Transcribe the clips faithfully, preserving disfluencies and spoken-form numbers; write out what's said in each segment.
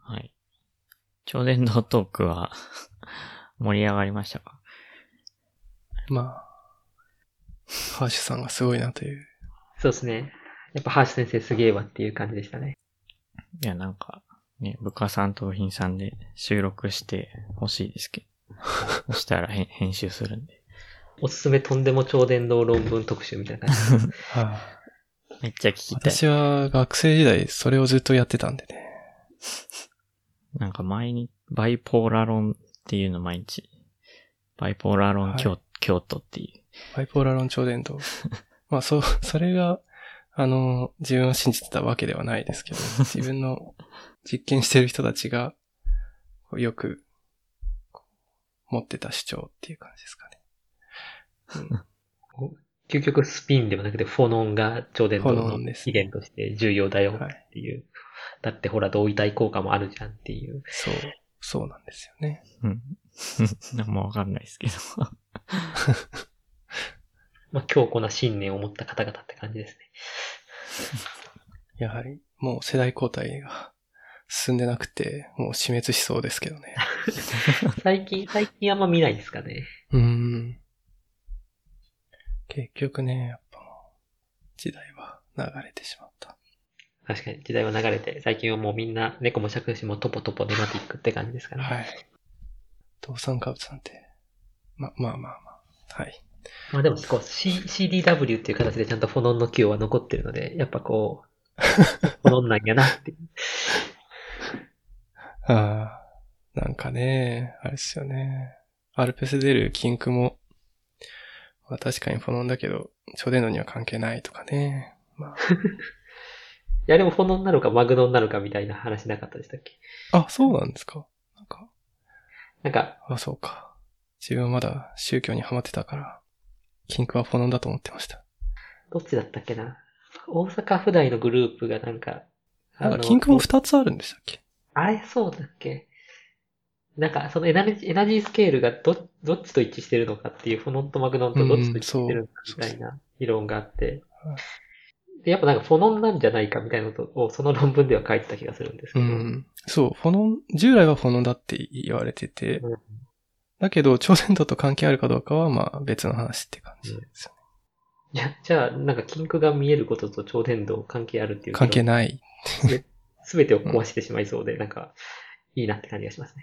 はい。超電導トークは盛り上がりましたか？ まあ、ハーシュさんがすごいなという。 そうですね。やっぱハーシュ先生すげえわっていう感じでしたね。 いや、なんか、ね、部下さんと品さんで収録してほしいですけど。そしたら編集するんで。 おすすめとんでも超電導論文特集みたいな感じで。 はあ、 めっちゃ聞きたい。 私は学生時代それをずっとやってたんでね。 なんか毎日、バイポーラ論っていうの毎日、バイポーラ論京、はい、京都っていう。 バイポーラ論超電導。まあそう、それが、あの、自分を信じてたわけではないですけど、自分の実験してる人たちが、よく、持ってた主張っていう感じですかね。 うん、究極スピンではなくてフォノンが超電導の起源として重要だよっていう。はい、だってほら同位体効果もあるじゃんっていう。 そう、そうなんですよね。 うん。なんもわかんないですけど。 まあ強固な信念を持った方々って感じですね。 やはり、もう世代交代が進んでなくて、もう死滅しそうですけどね。 最近、最近あんま見ないですかね。 うーん。結局ね、やっぱ時代は流れてしまった。 確かに時代は流れて、最近はもうみんな猫も借子もトポトポネマティックって感じですかね。 はい。動産化物なんて。ま、まあまあまあ。はい。 まあでもこう、C、シーディーダブリュー っていう形でちゃんとフォノンの給与は残ってるので、やっぱこう、フォノンなんやなって。 ああ、なんかね、あれですよね。アルペス出るキンクも、まあ確かにフォノンだけど、超電導には関係ないとかね。まあ。 いやでもフォノンなのかマグノンなのかみたいな話なかったでしたっけ？ あ、そうなんですか。なんか。 なんか。 あ、そうか。自分はまだ宗教にハマってたから、キンクはフォノンだと思ってました。 どっちだったっけな。大阪府大のグループがなんか、 なんかキンクも二つあるんでしたっけ？ あれそうだっけ？なんかそのエナジー、エナジースケールがど、どっちと一致してるのかっていう、フォノンとマグノンとどっちと一致してるのかみたいな議論があって、で、やっぱなんかフォノンなんじゃないかみたいなことをその論文では書いてた気がするんですけど。 うん。そう、フォノン、従来はフォノンだって言われてて、うん、だけど超電導と関係あるかどうかはまあ別の話って感じですよね。うん、じゃあ、なんかキンクが見えることと超電導関係あるっていう。 関係ない。 すべてを壊してしまいそうで、うん、なんか、いいなって感じがしますね。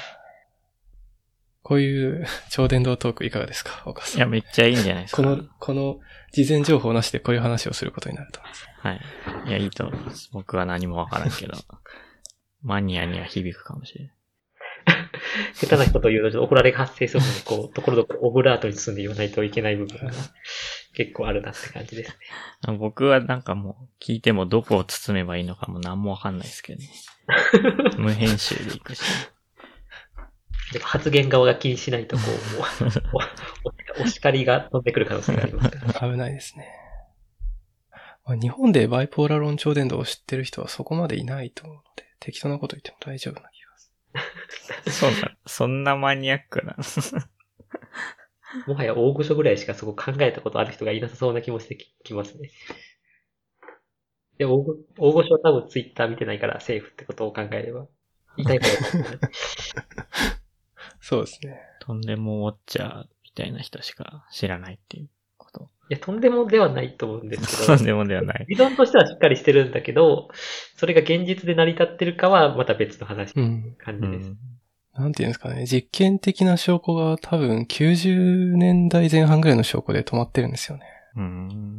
こういう超電導トークいかがですか、岡さん。 いや、めっちゃいいんじゃないですか。 この、この事前情報なしでこういう話をすることになると思います。 はい。いや、いいと思います。僕は何もわからんけど、マニアには響くかもしれない。 下手なことを言うとちょっと怒られが発生するので、こう、ところどころオブラートに包んで言わないといけない部分が結構あるなって感じですね。僕はなんかもう、聞いてもどこを包めばいいのかも何もわかんないですけどね。無編集でいくし。 でも発言側が気にしないと、こう、もうお叱りが飛んでくる可能性がありますから、 ね。危ないですね。日本でバイポーラ論超電導を知ってる人はそこまでいないと思うので、適当なこと言っても大丈夫な気がする。そうだ。そんなマニアックな。 もはや大御所ぐらいしかそこ考えたことある人がいなさそうな気もしてきますね。でも大御所は多分ツイッター見てないからセーフってことを考えれば。言いたいことだったそうですね。 とんでもウォッチャーみたいな人しか知らないっていうこと。 いや、とんでもではないと思うんですけど。 とんでもではない。 理論としてはしっかりしてるんだけど、それが現実で成り立ってるかはまた別の話、うん、感じです、うん。 なんていうんですかね。実験的な証拠が多分きゅうじゅうねんだいぜん半ぐらいの証拠で止まってるんですよね。 うん。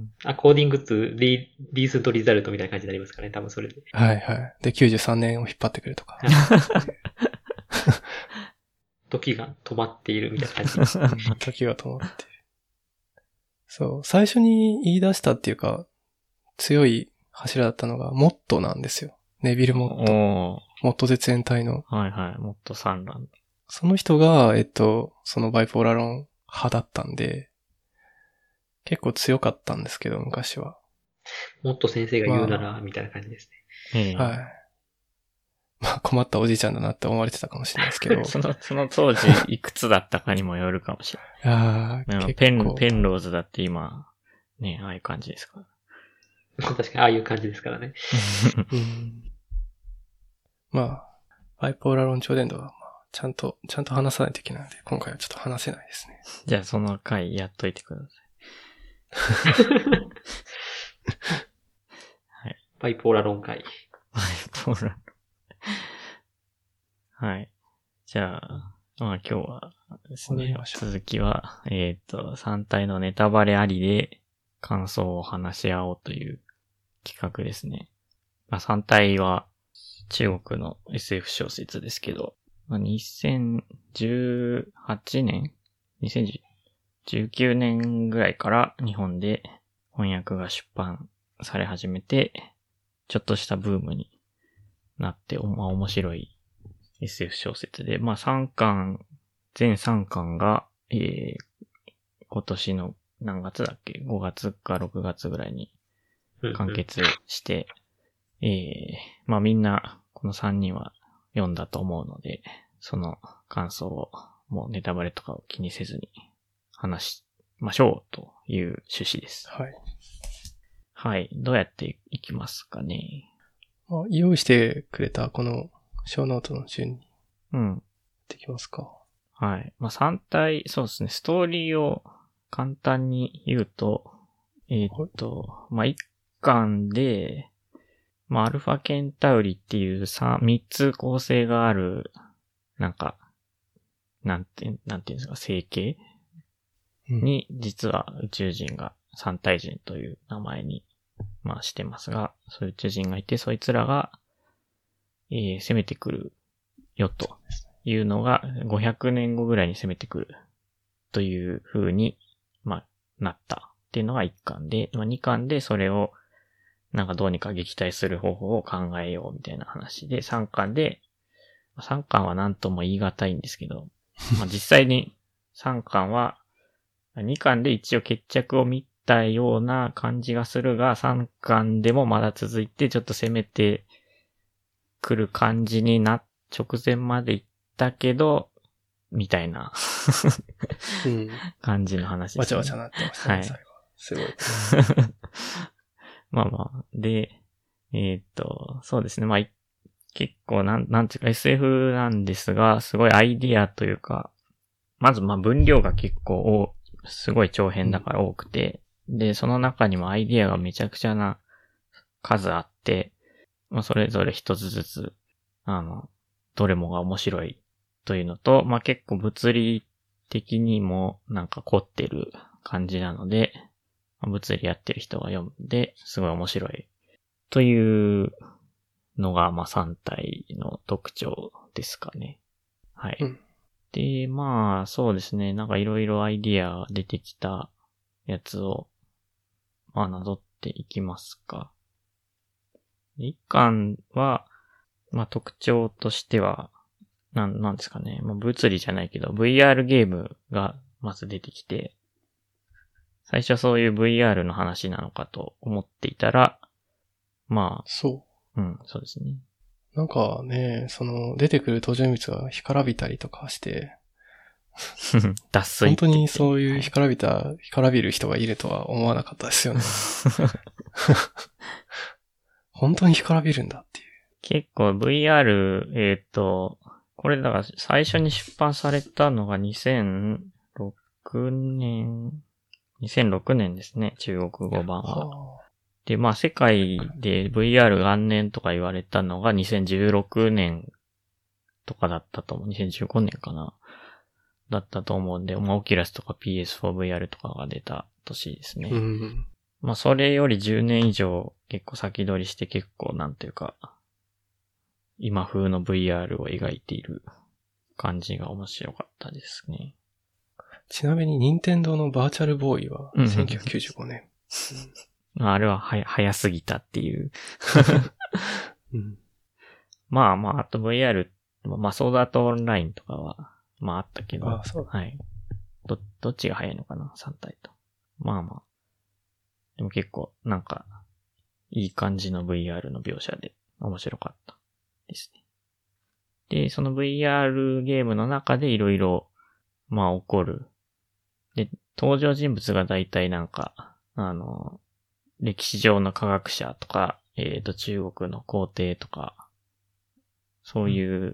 あ、コーディングツリー、リースとリザルトみたいな感じになりますかね。多分それで。 はいはい。で、きゅうじゅうさんねんを引っ張ってくるとか。 時が止まっているみたいな感じ。 時が止まっている。そう。最初に言い出したっていうか、強い柱だったのが、モットなんですよ。ネビル・モット。モット絶縁体の。 はいはい。モット産卵。 その人が、えっと、そのバイポーラ論派だったんで、結構強かったんですけど、昔は。 モット先生が言うなら、まあ、みたいな感じですね。はい。まあ困ったおじいちゃんだなって思われてたかもしれないですけど。 その、その当時いくつだったかにもよるかもしれない。 ああ、 ペン、ペンローズだって今、ね、ああいう感じですから。 確かにああいう感じですからね。 うん、まあ、 バイポーラ論超伝導は、まあ、ちゃんと、ちゃんと話さないといけないので、今回はちょっと話せないですね。 じゃあその回やっといてください。はい。 バイポーラ論会。 バイポーラ。はい。じゃあ、まあ今日はですね、続きは、えっと、さん体のネタバレありで感想を話し合おうという企画ですね。まあさん体は中国の エスエフ 小説ですけど、まあ、にせんじゅうはちねん ?にせんじゅうきゅうねんぐらいから日本で翻訳が出版され始めて、ちょっとしたブームになって、まあ面白い エスエフ 小説で、まあさんかん、全さんかんが、えー、今年の何月だっけ ?ご 月かろくがつぐらいに完結して、えー、まあみんなこのさんにんは読んだと思うので、その感想をもうネタバレとかを気にせずに話しましょうという趣旨です。 はい。 はい。どうやっていきますかね。 まあ、用意してくれたこの小ノートの順に。 うん。 できますか。 はい。まあ、さん体、そうですね。ストーリーを簡単に言うと、えー、っと、まあ、一巻で、まあ、アルファケンタウリっていうさん、三つ構成がある、なんか、なんて、なんていうんですか、星系に、実は宇宙人が三体人という名前に、まあしてますが、そういう宇宙人がいて、そいつらが、えー、攻めてくるよというのが、ごひゃくねんごぐらいに攻めてくるという風に、まあ、なったっていうのが一巻で、まあ、二巻でそれを、なんかどうにか撃退する方法を考えようみたいな話で、三巻で、三巻は何とも言い難いんですけど、まあ実際に三巻は、二巻で一応決着を見たような感じがするが、三巻でもまだ続いてちょっと攻めてくる感じにな、直前まで行ったけど、みたいなうん、感じの話です、 ね。わちゃわちゃなってましたね、はい、最後。すごい。 まあまあ、で、えー、っと、そうですね。まあ、結構なん、なんていうか エスエフ なんですが、すごいアイディアというか、まずまあ分量が結構すごい長編だから多くて、うん、で、その中にもアイディアがめちゃくちゃな数あって、まあそれぞれ一つずつ、あの、どれもが面白いというのと、まあ結構物理的にもなんか凝ってる感じなので、物理やってる人が読んで、すごい面白い。というのが、まあさん体の特徴ですかね。はい。うんで、まあ、そうですね。なんかいろいろアイディア出てきたやつを、まあ、なぞっていきますか。一巻は、まあ特徴としては、なん、なんですかね。まあ物理じゃないけど、ブイアール ゲームがまず出てきて、最初はそういう ブイアール の話なのかと思っていたら、まあ。 そう。 うん、そうですね。 なんかね、その、出てくる登場人物が干からびたりとかして、 脱水。 本当にそういう干からびた、はい、干からびる人がいるとは思わなかったですよね。本当に干からびるんだっていう。 結構 ブイアール、えっと、これだから最初に出版されたのがにせんろくねん、にせんろくねんですね、中国語版は。はあで、まあ世界で ブイアール 元年とか言われたのがにせんじゅうろくねんとかだったと思う。にせんじゅうごねんかな。だったと思うんで、まあオキュラスとか ピーエスフォーブイアール とかが出た年ですね。 うん、 まあそれよりじゅうねん以上結構先取りして結構なんていうか、今風の ブイアール を描いている感じが面白かったですね。 ちなみに任天堂のバーチャルボーイはせんきゅうひゃくきゅうじゅうごねん。 うんあれはは早すぎたっていう、うん。まあまあ、あと ブイアール、まあソードアートオンラインとかは、まああったけど、 ああそうはい。ど、どっちが早いのかな ?さん 体と。まあまあ。でも結構、なんか、いい感じの ブイアール の描写で面白かったですね。で、その ブイアール ゲームの中でいろいろ、まあ起こる。で、登場人物が大体なんか、あの、歴史上の科学者とか、えっと、中国の皇帝とか、そういう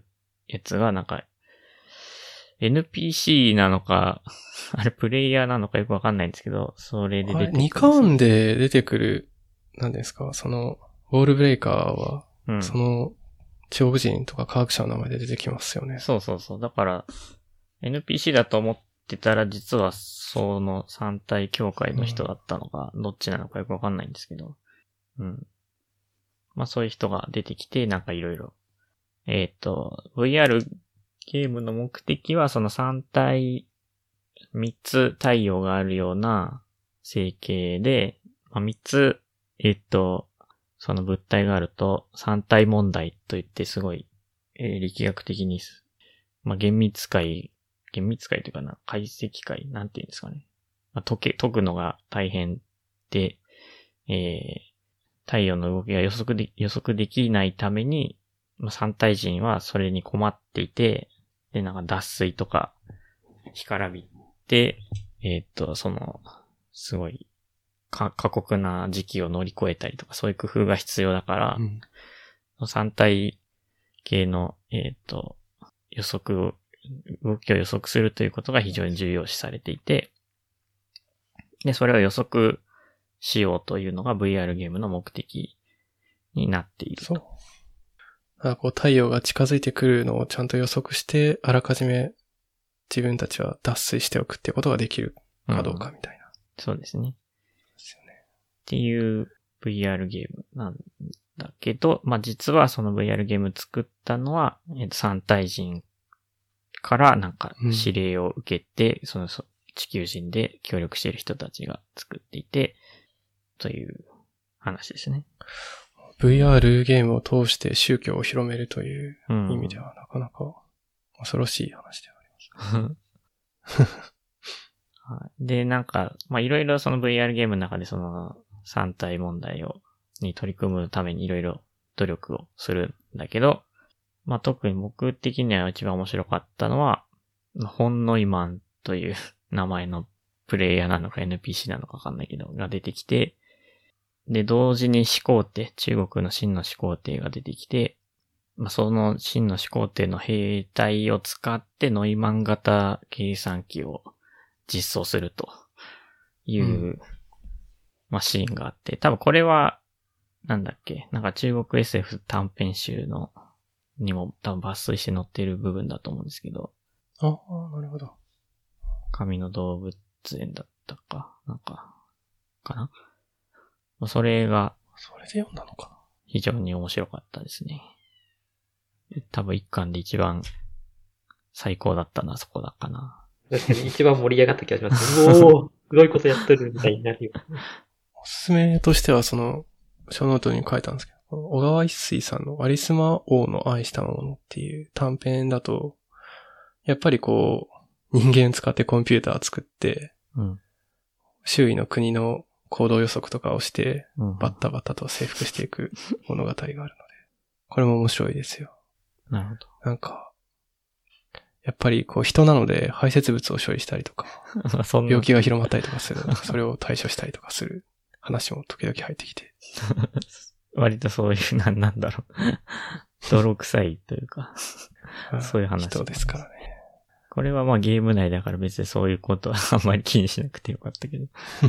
やつがなんか、エヌピーシー なのか、あれプレイヤーなのかよくわかんないんですけど、それで出てくるんですよ。 にカーンで出てくる、何ですか、その、ウォールブレイカーは、うん、その、超人とか科学者の名前で出てきますよね。 そうそうそう。だから、エヌピーシー だと思ってたら、実はその三体協会の人だったのか、うん、どっちなのかよくわかんないんですけど。うん。まあそういう人が出てきて、なんかいろいろ。えっと、ブイアール ゲームの目的はその三体、三つ太陽があるような成形で、まあ、三つ、えっと、その物体があると三体問題といってすごい、えー、力学的に、まあ厳密解、厳密解というかな、解析解、なんていうんですかね。まあ、解け、解くのが大変で、えー、太陽の動きが予測で、予測できないために、まあ、三体人はそれに困っていて、で、なんか脱水とか、干からびて、えー、っと、その、すごい、か、過酷な時期を乗り越えたりとか、そういう工夫が必要だから、うん、三体系の、えー、っと、予測、動きを予測するということが非常に重要視されていて、で、それを予測しようというのが ブイアール ゲームの目的になっていると。 そう。あ、こう太陽が近づいてくるのをちゃんと予測して、あらかじめ自分たちは脱水しておくっていうことができるかどうかみたいな。うん、 そうですね。ですよね。っていう ブイアール ゲームなんだけど、まあ、実はその ブイアール ゲーム作ったのは、えっと、三体人からなんか指令を受けて、うん、その地球人で協力している人たちが作っていて、という話ですね。 ブイアール ゲームを通して宗教を広めるという意味ではなかなか恐ろしい話ではあります、ね。 で、なんか、まあ、いろいろその ブイアール ゲームの中でその三体問題を、に取り組むためにいろいろ努力をするんだけど、まあ、特に僕的には一番面白かったのは、ホンノイマンという名前のプレイヤーなのか エヌピーシー なのかわかんないけど、が出てきて、で、同時に始皇帝、中国の真の始皇帝が出てきて、まあ、その真の始皇帝の兵隊を使ってノイマン型計算機を実装するという、うん、まあ、シーンがあって、多分これは、なんだっけ、なんか中国 エスエフ 短編集の、にも多分抜粋して載ってる部分だと思うんですけど。 ああ、なるほど。 神の動物園だったか、なんか、かな。それが、 それで読んだのかな。 非常に面白かったですね。多分一巻で一番最高だったのはそこだかな。 確かに一番盛り上がった気がします。おー、すごいことやっとるみたいになるよ。 おすすめとしてはその、小ノートに書いたんですけど、小川一水さんのアリスマ王の愛したものっていう短編だと、やっぱりこう、人間使ってコンピューター作って、うん、周囲の国の行動予測とかをして、バッタバッタと征服していく物語があるので、これも面白いですよ。 なるほど。 なんか、やっぱりこう人なので排泄物を処理したりとか、病気が広まったりとかするので、それを対処したりとかする話も時々入ってきて。 割とそういう、な、なんだろう。泥臭いというか、そういう話。 人ですからね。 これはまあゲーム内だから別にそういうことはあんまり気にしなくてよかったけど。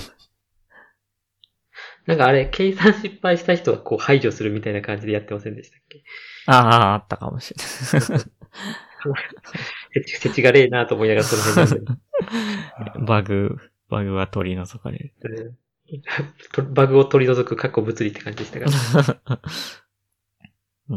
なんかあれ、計算失敗した人はこう排除するみたいな感じでやってませんでしたっけ？ ああ、あったかもしれない。 せちがれえなと思いながらその辺で。 バグ、バグは取り除かれる。 バグを取り除く過去物理って感じでしたから。 うん。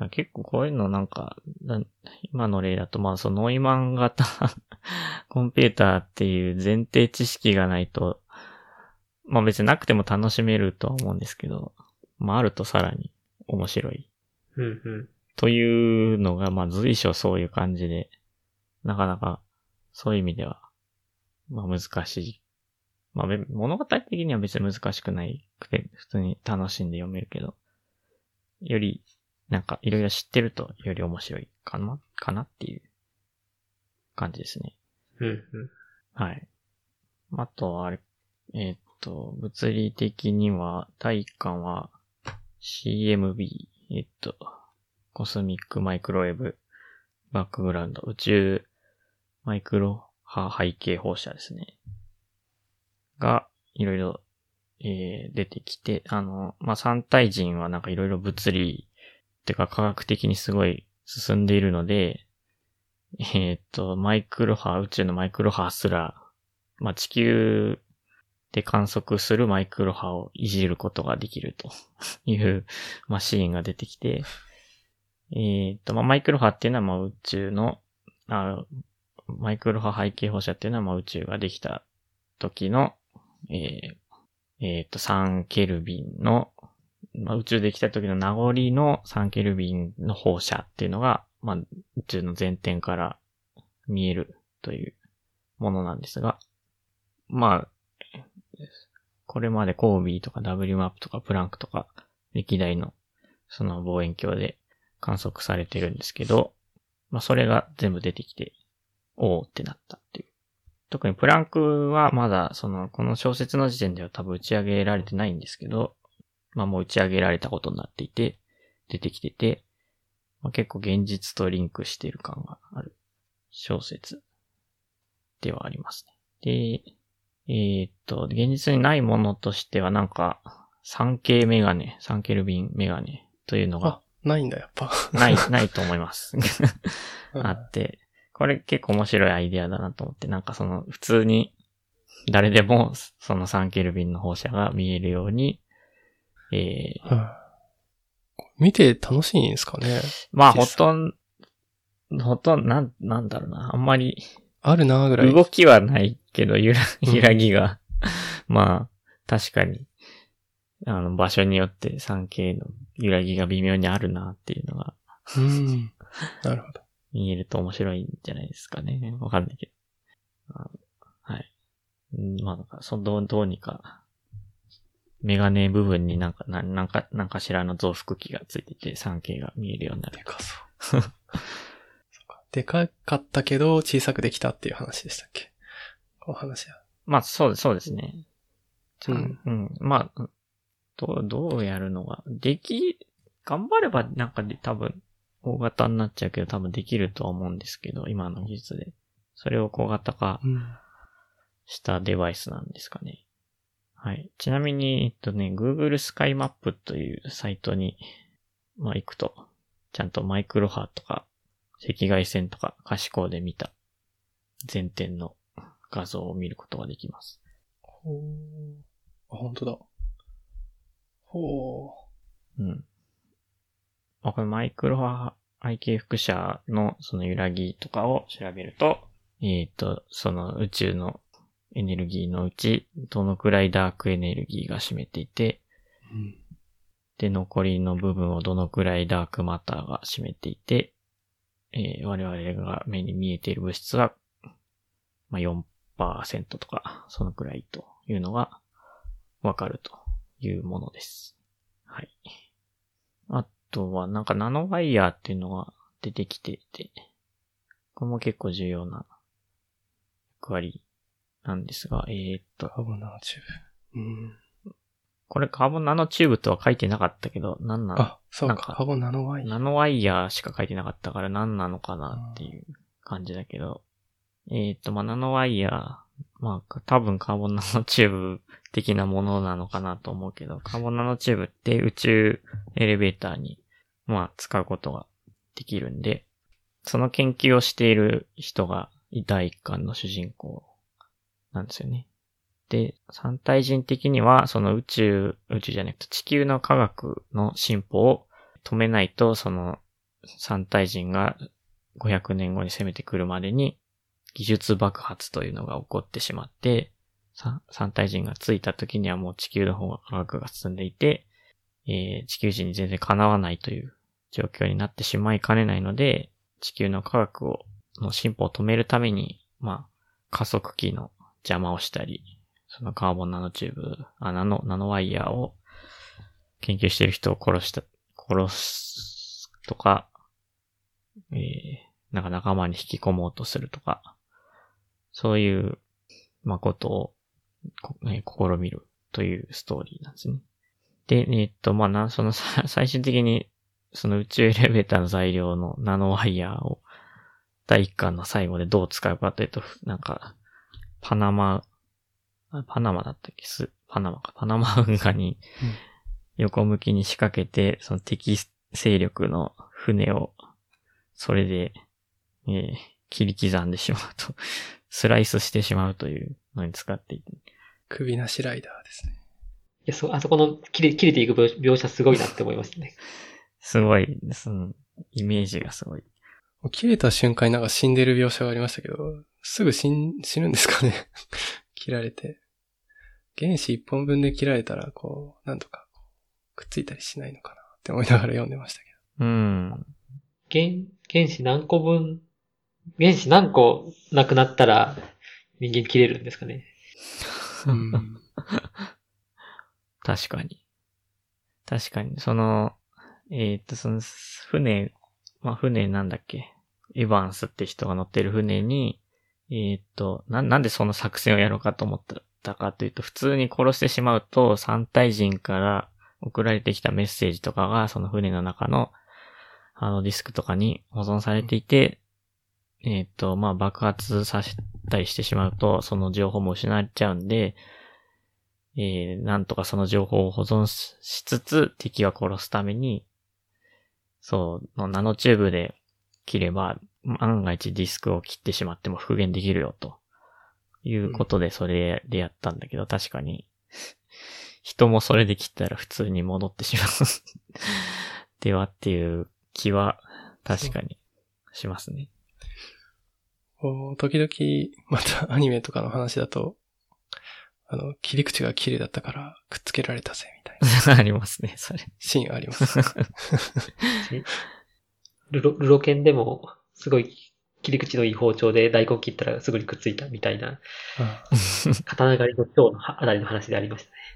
結構こういうのなんか、今の例だとまあそのノイマン型コンピューターっていう前提知識がないと、まあ別になくても楽しめるとは思うんですけど、まああるとさらに面白い。 うんうん。 というのがまあ随所そういう感じで、なかなかそういう意味では、まあ難しい。まあ物語的には別に難しくないくて、普通に楽しんで読めるけど、よりなんかいろいろ知ってるとより面白いかな、かなっていう感じですね。 うんうん。 はい。あとはあれ、えー、っと、物理的には、第一巻は シーエムビー、えー、っと、コスミックマイクロウェブバックグラウンド、宇宙マイクロ波背景放射ですね。が、いろいろ、えー、出てきて、あの、まあ、三体人はなんかいろいろ物理、ってか科学的にすごい進んでいるので、えっと、マイクロ波、宇宙のマイクロ波すら、まあ、地球で観測するマイクロ波をいじることができるというマシーンが出てきて、えっと、まあ、マイクロ波っていうのはまあ宇宙の、あマイクロ波背景放射っていうのはまあ宇宙ができた時の、えーえっと、さんケルビンの、まあ、宇宙できた時の名残のさんケルビンの放射っていうのが、まあ、宇宙の前点から見えるというものなんですが、まあ、これまでコービーとか ダブリューマップ とかプランクとか歴代のその望遠鏡で観測されてるんですけど、まあそれが全部出てきて、おーってなったっていう。特にプランクはまだその、この小説の時点では多分打ち上げられてないんですけど、まあもう打ち上げられたことになっていて、出てきてて、まあ、結構現実とリンクしている感がある小説ではありますね。で、えー、っと、現実にないものとしてはなんか、さんケー メガネ、さんケルビンメガネというのが、 あ、ないんだやっぱ。 ない、ないと思います。あって、これ結構面白いアイデアだなと思って、なんかその、普通に、誰でもそのさんケルビンの放射が見えるように、えーはあ、見て楽しいんですかね。 まあ、ほとんど、ほとんど、なん、なんだろうな、あんまり、 あるなぐらい。 動きはないけど、揺ら、揺らぎが、うん、まあ、確かに、あの、場所によって さんケー の揺らぎが微妙にあるなっていうのが、 うん。なるほど。 見えると面白いんじゃないですかね。わかんないけど。はい。まあ、なんか、その、どうにか、メガネ部分になんか、ななんか、なんかしらの増幅器がついてて さんケー が見えるようになる。 でかそう。そうか。でかかったけど小さくできたっていう話でしたっけ？この話は。 まあ、そうです、そうですね。 うん。 うん。まあ、どう、どうやるのが、でき、頑張ればなんかで多分、大型になっちゃうけど多分できるとは思うんですけど、今の技術で。それを小型化したデバイスなんですかね。はい。ちなみに、えっとね、Google Sky Map というサイトに、まあ行くと、ちゃんとマイクロ波とか、赤外線とか可視光で見た全点の画像を見ることができます。 ほー。あ、本当だ。ほー。うん。まあ、これマイクロ波背景輻射のその揺らぎとかを調べると、えっと、その宇宙のエネルギーのうち、どのくらいダークエネルギーが占めていて、 うん、 で、残りの部分をどのくらいダークマターが占めていて、えー、我々が目に見えている物質は、まあ、よんパーセント とか、そのくらいというのがわかるというものです。はい。あとは、なんかナノワイヤーっていうのが出てきていて、これも結構重要な役割なんですが、えー、っと。 カーボンナノチューブ。うん。 これカーボンナノチューブとは書いてなかったけど、なんなの？ あ、そうか、かカーボンナノワイヤー。 ナノワイヤーしか書いてなかったから何なのかなっていう感じだけど、えー、っと、まあ、ナノワイヤー、まあ、多分カーボンナノチューブ的なものなのかなと思うけど、カーボンナノチューブって宇宙エレベーターに、まあ、使うことができるんで、その研究をしている人が第一巻の主人公なんですよね。で、三体人的には、その宇宙、宇宙じゃなくて地球の科学の進歩を止めないと、その三体人がごひゃくねんごに攻めてくるまでに技術爆発というのが起こってしまって、三体人が着いた時にはもう地球の方が科学が進んでいて、えー、地球人に全然かなわないという状況になってしまいかねないので、地球の科学を、の進歩を止めるために、まあ、加速器の邪魔をしたり、そのカーボンナノチューブ、あ、ナノ、ナノワイヤーを研究している人を殺した、殺すとか、えー、なんか仲間に引き込もうとするとか、そういう、まあ、ことを、えー、試みるというストーリーなんですね。で、えー、っと、まあ、な、その、最終的に、その宇宙エレベーターの材料のナノワイヤーをだいいっかんの最後でどう使うかというと、なんか、パナマ、パナマだったっけす、パナマか、パナマ運河に横向きに仕掛けて、その敵勢力の船を、それで、えー、切り刻んでしまうと、スライスしてしまうというのに使っていて。 首なしライダーですね。 いや、そ、あそこの切れ、切れていく描描写すごいなって思いましたね。 すごい、その、イメージがすごい。 切れた瞬間になんか死んでる描写がありましたけど、すぐ死ん、死ぬんですかね切られて。原子一本分で切られたら、こう、なんとか、くっついたりしないのかなって思いながら読んでましたけど。うん。 原、原子何個分、原子何個なくなったら人間切れるんですかね。 うん、 確かに。確かに、その、えー、っと、その、船、まあ、船なんだっけ。エヴァンスって人が乗ってる船に、えー、っと、な、なんでその作戦をやろうかと思ったかというと、普通に殺してしまうと、三体人から送られてきたメッセージとかが、その船の中の、あのディスクとかに保存されていて、うん、えー、っと、まあ、爆発させたりしてしまうと、その情報も失われちゃうんで、えー、なんとかその情報を保存しつつ、敵は殺すために、そう、のナノチューブで切れば、万が一ディスクを切ってしまっても復元できるよ、ということでそれでやったんだけど、うん、確かに、人もそれで切ったら普通に戻ってしまう。ではっていう気は確かにしますね。 時々、またアニメとかの話だと、あの、切り口が綺麗だったからくっつけられたぜ、みたいな。ありますね、それ。 シーンあります。 ルロ、ルロケンでも、すごい切り口のいい包丁で大根切ったらすぐにくっついたみたいな、ああ刀狩りの蝶のあたりの話でありましたね。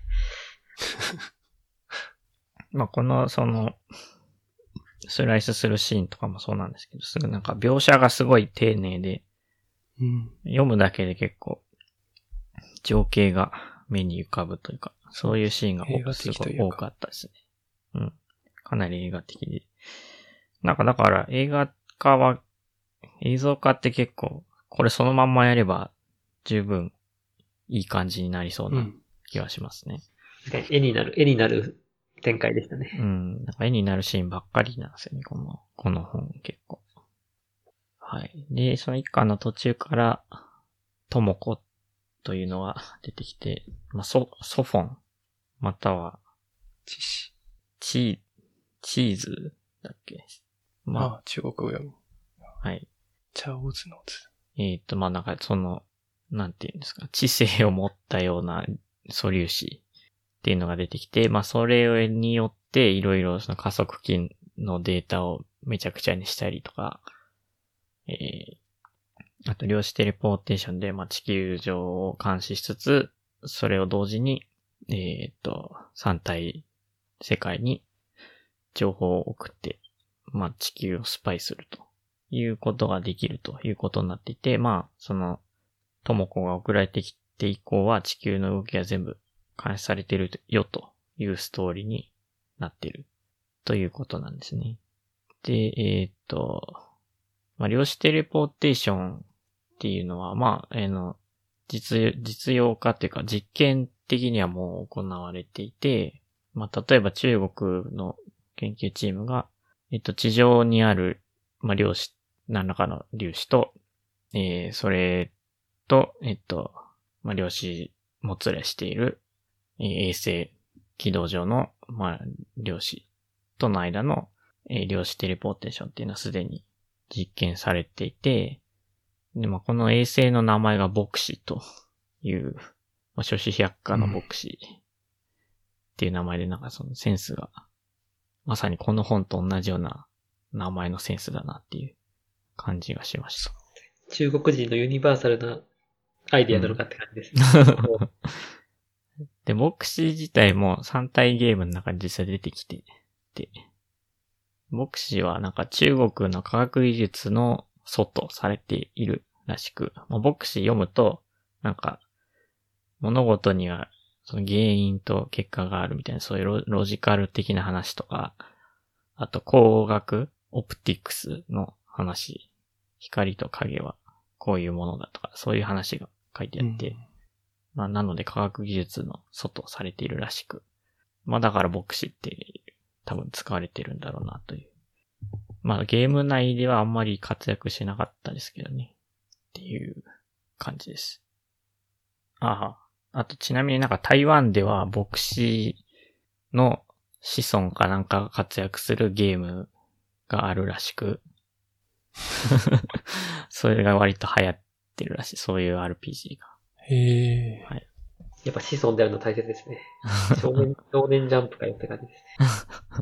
まあ、この、その、スライスするシーンとかもそうなんですけど、すぐなんか描写がすごい丁寧で、 うん、 読むだけで結構、情景が目に浮かぶというか、そういうシーンがすごい多かったですね。うん。かなり映画的で。なんかだから映画化は、映像化って結構、これそのまんまやれば十分いい感じになりそうな気はしますね。 うん、確かに絵になる、絵になる展開でしたね。 うん。なんか絵になるシーンばっかりなんですよね、この、この本結構。はい。で、その一巻の途中から、ともこというのが出てきて、まあ、ソ、ソフォン、または、 チシ。 チー、チーズだっけ。 まあ、ああ中国語読む。 はい。 チャオズのズ。 えっと、まあ、なんかその、なんていうんですか、知性を持ったような素粒子っていうのが出てきて、まあ、それによっていろいろその加速器のデータをめちゃくちゃにしたりとか、えー、あと量子テレポーテーションで、まあ、地球上を監視しつつ、それを同時に、えっと、三体世界に情報を送って、まあ、地球をスパイするということができるということになっていて、まあ、その、ともこが送られてきて以降は地球の動きが全部監視されてるよというストーリーになっているということなんですね。で、えっと、まあ、量子テレポーテーションっていうのは、まあ、あの、実、実用化っていうか実験的にはもう行われていて、まあ、例えば中国の研究チームが、えっと、地上にある、まあ、量子、何らかの粒子と、えー、それと、えっと、まあ、量子もつれしている、えー、衛星軌道上の、まあ、量子との間の、えー、量子テレポーテーションっていうのはすでに実験されていて、で、まあ、この衛星の名前がボクシという、まあ、諸子百科のボクシっていう名前でなんかそのセンスが、まさにこの本と同じような名前のセンスだなっていう感じがしました。 中国人のユニバーサルなアイディアなのかって感じですね。 うん、で、ボクシ自体も三体ゲームの中に実際出てきて、で、ボクシはなんか中国の科学技術の祖とされているらしく、まあ、ボクシ読むと、なんか、物事にはその原因と結果があるみたいな、そういう ロ, ロジカル的な話とか、あと工学、オプティクスの話光と影はこういうものだとか、そういう話が書いてあって、うん、まあなので科学技術の外されているらしく、まあだから牧師って多分使われてるんだろうなという。まあゲーム内ではあんまり活躍しなかったですけどね。っていう感じです。ああ、あとちなみになんか台湾では牧師の子孫かなんかが活躍するゲームがあるらしく、それが割と流行ってるらしい。そういう アールピージー が。 へー。 はい。 やっぱ子孫であるの大切ですね。少年、少年ジャンプかよって感じですね。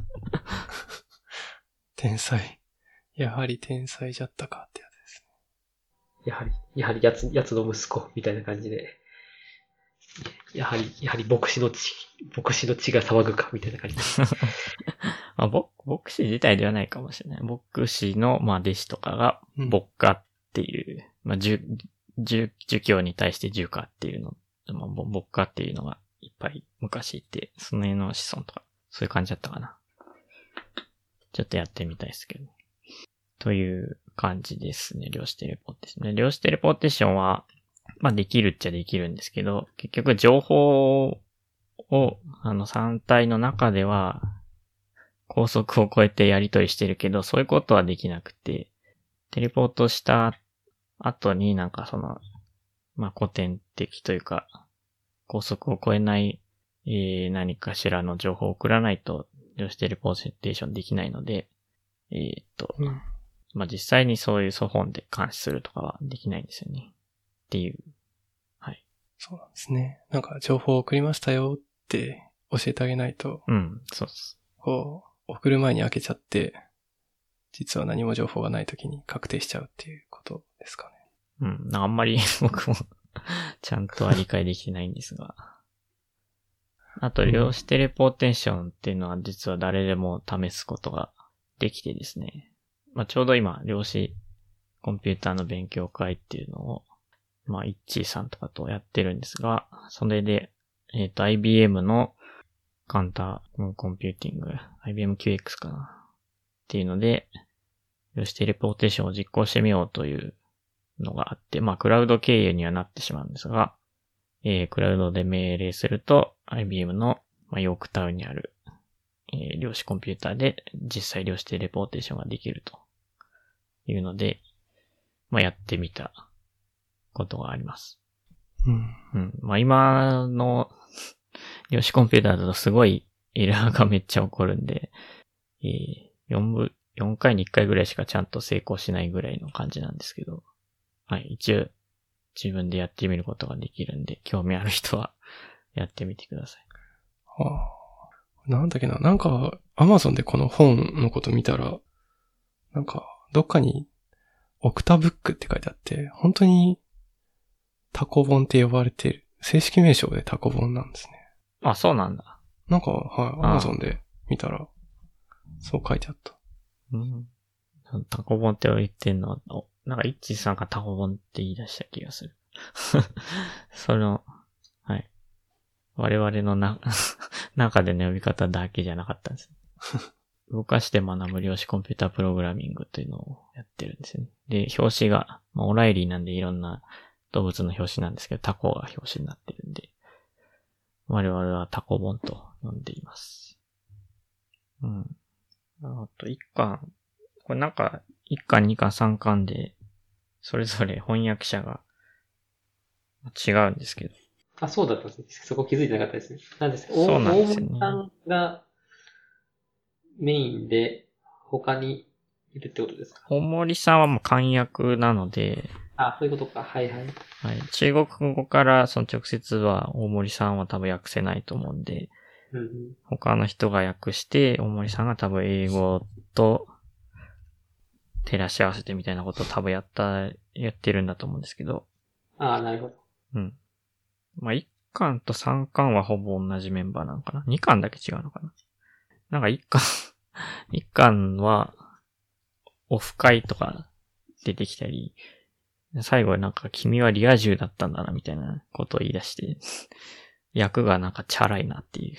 天才。やはり天才じゃったかってやつですね。やはり、やはりやつ、やつの息子みたいな感じで。やはり、やはり牧師の血、牧師の血が騒ぐかみたいな感じです。 まあ、牧、牧師自体ではないかもしれない。牧師の、まあ、弟子とかが、牧歌っていう、うん、まあ、儒、儒、儒教に対して儒家っていうの、まあ、牧歌っていうのがいっぱい昔いて、その辺の子孫とか、そういう感じだったかな。ちょっとやってみたいですけど。という感じですね。量子テレポーテーションね。量子テレポーテーションは、まあできるっちゃできるんですけど、結局情報を、あのさん体の中では、高速を超えてやり取りしてるけど、そういうことはできなくて、テレポートした後になんかその、まあ古典的というか、高速を超えない、えー、何かしらの情報を送らないと、量子テレポーテーションできないので、えー、っと、うん、まあ実際にそういう素本で監視するとかはできないんですよね。っていう。はい。 そうなんですね。なんか情報を送りましたよって教えてあげないと。 うん、そうです。 こう、送る前に開けちゃって、実は何も情報がない時に確定しちゃうっていうことですかね。うん、あんまり僕もちゃんとは理解できてないんですが。あと、量子テレポーテーションっていうのは実は誰でも試すことができてですね。まあちょうど今、量子コンピューターの勉強会っていうのを、まあ、イッチーさんとかとやってるんですが、それで、えっと、アイビーエム のカンターコンピューティング、アイビーエムキューエックス かなっていうので、量子テレポーテーションを実行してみようというのがあって、まあ、クラウド経由にはなってしまうんですが、えー、クラウドで命令すると、アイビーエム の、まあ、ヨークタウンにある、えー、量子コンピューターで実際量子テレポーテーションができるというので、まあ、やってみたことがあります。 うん。 うん。まあ、今の量子コンピューターだとすごいエラーがめっちゃ起こるんで、えー、よんぶ、よんかいにいっかいぐらいしかちゃんと成功しないぐらいの感じなんですけど、はい、一応自分でやってみることができるんで、興味ある人はやってみてください。 はあ、なんだっけな、なんか、アマゾンでこの本のこと見たら、なんか、どっかに、オクタブックって書いてあって、本当にタコ本って呼ばれている。正式名称でタコ本なんですね。 あ、そうなんだ。 なんか、はい、アマゾンで見たら、そう書いてあった。 うん。タコ本って言ってんのは、なんかイッチーさんがタコ本って言い出した気がする。その、はい。我々のな、中での呼び方だけじゃなかったんです。動かして学ぶ量子コンピュータープログラミングというのをやってるんですよね。で、表紙が、まあ、オライリーなんでいろんな動物の表紙なんですけど、タコが表紙になってるんで、我々はタコ本と呼んでいます。うん。あといっかん、これなんかいっかん、にかん、さんかんで、それぞれ翻訳者が違うんですけど。 あ、そうだったんですね。そこ気づいてなかったですね。なんですそうなんですよね。 大森さんがメインで、他にいるってことですか？ 大森さんはもう漢訳なので、 あ、そういうことか。はいはい。 はい。中国語からその直接は大森さんは多分訳せないと思うんで、 うんうん、 他の人が訳して、大森さんが多分英語と照らし合わせてみたいなことを多分やった、やってるんだと思うんですけど。 ああ、なるほど。 うん。まあ、いっかんとさんかんはほぼ同じメンバーなのかな ?に 巻だけ違うのかななんかいっかん、いっかんは、オフ会とか出てきたり、最後なんか君はリア充だったんだなみたいなことを言い出して、役がなんかチャラいなっていう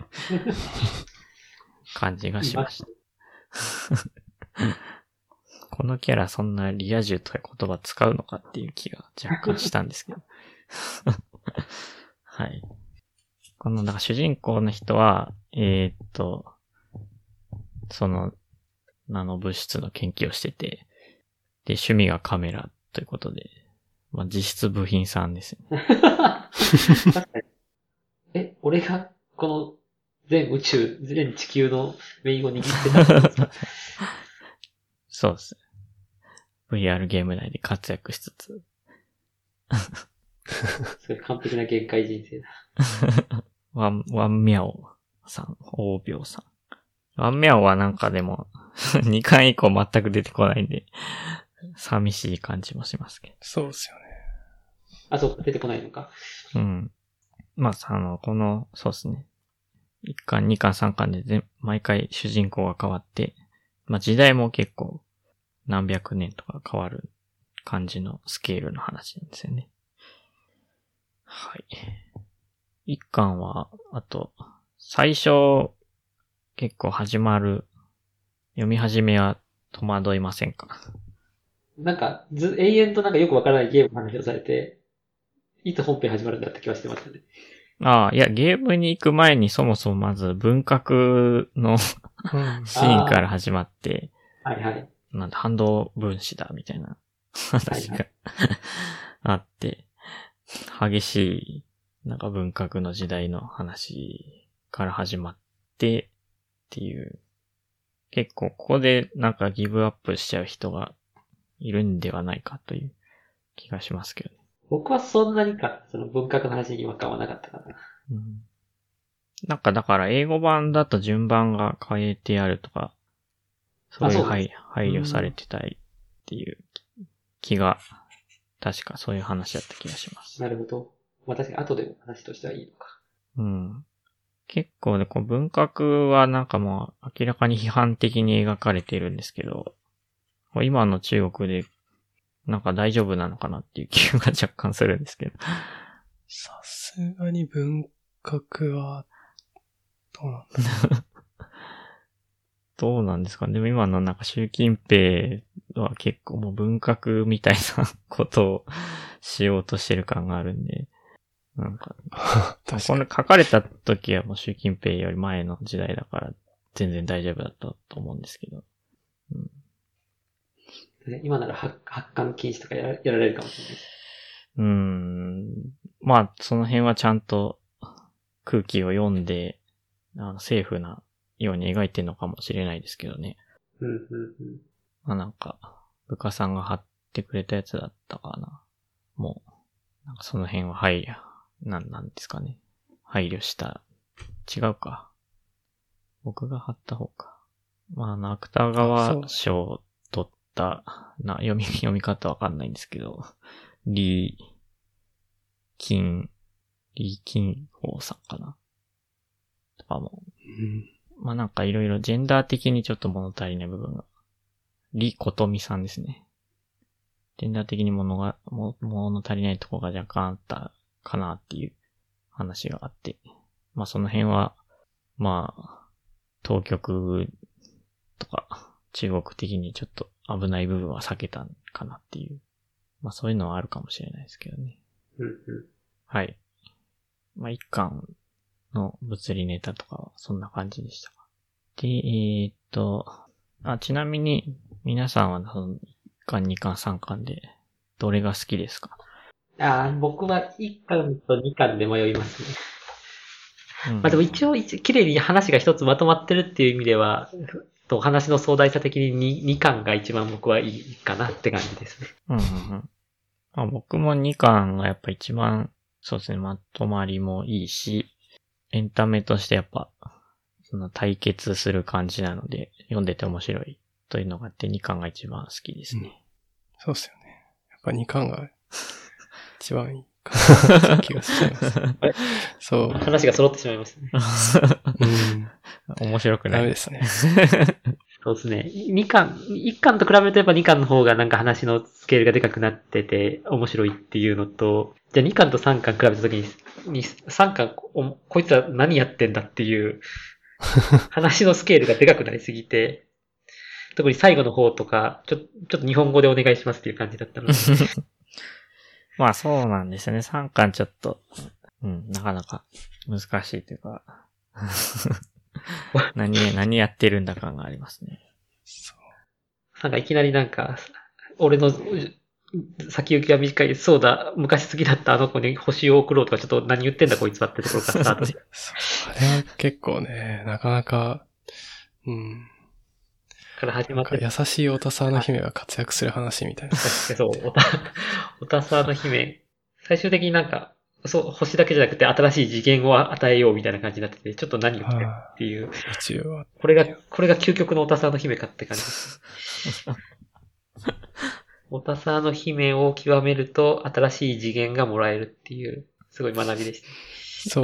感じがしました。 このキャラそんなリア充とか言葉使うのかっていう気が若干したんですけど。はい。この、なんか主人公の人は、えー、っと、その、ナノ物質の研究をしてて、で、趣味がカメラということで、まあ、実質部品さんですね。 え、俺が、この、全宇宙、全地球のメインを握ってたんですか？ そうです。ブイアール ゲーム内で活躍しつつ。 それ完璧な限界人生だ。 ワン、ワンミャオさん、大病さん。ワンミャオはなんかでも、にかん以降全く出てこないんで、寂しい感じもしますけど。 そうですよね。 あ、そうか、出てこないのか。 うん。まあ、あの、この、そうですね。いっかん、にかん、さんかんで全毎回主人公が変わって、まあ時代も結構何百年とか変わる感じのスケールの話なんですよね。はい。いっかんは、あと、最初、結構始まる、読み始めは戸惑いませんか？ なんか、ず、永遠となんかよくわからないゲームの話をされて、いつ本編始まるんだって気はしてましたね。 ああ、いや、ゲームに行く前にそもそもまず文革のシーンから始まって、 はいはい。 なんだ、反動分子だ、みたいな話があって、激しい、なんか文革の時代の話から始まって、っていう、結構ここでなんかギブアップしちゃう人がいるんではないかという気がしますけどね。 僕はそんなにか、その文学の話に違和感はなかったかな。 うん、なんかだから英語版だと順番が変えてあるとか、そういう配配慮されてたりっていう気が、確かそういう話だった気がします。 なるほど。まあ確かに後でも話としてはいいのか。 うん。結構ね、こう文学はなんかもう明らかに批判的に描かれてるんですけど、今の中国でなんか大丈夫なのかなっていう気が若干するんですけど。 さすがに文学は、どうなんだどうなんですかね。でも今のなんか習近平は結構もう文学みたいなことをしようとしてる感があるんで、なんか、この書かれた時はもう習近平より前の時代だから全然大丈夫だったと思うんですけど。 うん、今なら発刊禁止とかやら、やられるかもしれない。 うーん。まあ、その辺はちゃんと空気を読んで、あの、セーフなように描いてるのかもしれないですけどね。 うんうんうん。 まあなんか、部下さんが貼ってくれたやつだったかな。もう、なんかその辺は配慮、なんなんですかね。配慮した。違うか。僕が貼った方か。まあ、あの、芥川賞を取った、な、読み、読み方わかんないんですけど、リー、キン、リーキンホーさんかな。とかも。 うんまあなんかいろいろジェンダー的にちょっと物足りない部分が。リコトミさんですね。ジェンダー的に物が、も物足りないとこが若干あったかなっていう話があって。まあその辺は、まあ、当局とか中国的にちょっと危ない部分は避けたかなっていう。まあそういうのはあるかもしれないですけどね。 うんうん、 はい。まあ一巻の物理ネタとかはそんな感じでした。で、えー、っと、あ、ちなみに皆さんはそのいっかん、にかん、さんかんでどれが好きですか？ ああ、僕はいっかんとにかんで迷いますね。うん、まあでも一応、綺麗に話が一つまとまってるっていう意味では、と話の壮大さ的に 2, にかんが一番僕はいいかなって感じですね。 うんうんうんまあ、僕もにかんがやっぱ一番、そうですね、まとまりもいいし、エンタメとしてやっぱ、その対決する感じなので、読んでて面白いというのがあってにかんが一番好きですね。うん、 そうですよね。やっぱにかんが一番いいかな気がしちゃいます。そう。 話が揃ってしまいますね。 うん、面白くない。 ダメですね。 そうですね。にかん、いっかんと比べるとやっぱにかんの方がなんか話のスケールがでかくなってて面白いっていうのと、じゃあにかんとさんかん比べたときに、にさんかんこ、こいつは何やってんだっていう話のスケールがでかくなりすぎて、 特に最後の方とか、ちょ、ちょっと日本語でお願いしますっていう感じだったので。 まあそうなんですよね。さんかんちょっと、うん、なかなか難しいというか、何、何やってるんだ感がありますね。 そう。 なんかいきなりなんか、俺の先行きが短い、そうだ、昔好きだったあの子に星を送ろうとか、ちょっと何言ってんだこいつはってところからスタートして。 あれは結構ね、なかなか、うん。 から始まって。 優しいオタサーの姫が活躍する話みたいな。 そう、オタ、オタサーの姫、最終的になんか、そう、星だけじゃなくて新しい次元を与えようみたいな感じになってて、ちょっと何言ってるっていう。 一応は。 これが、これが究極のオタサーの姫かって感じです。オタサーの姫を極めると新しい次元がもらえるっていう、すごい学びでした。 そう。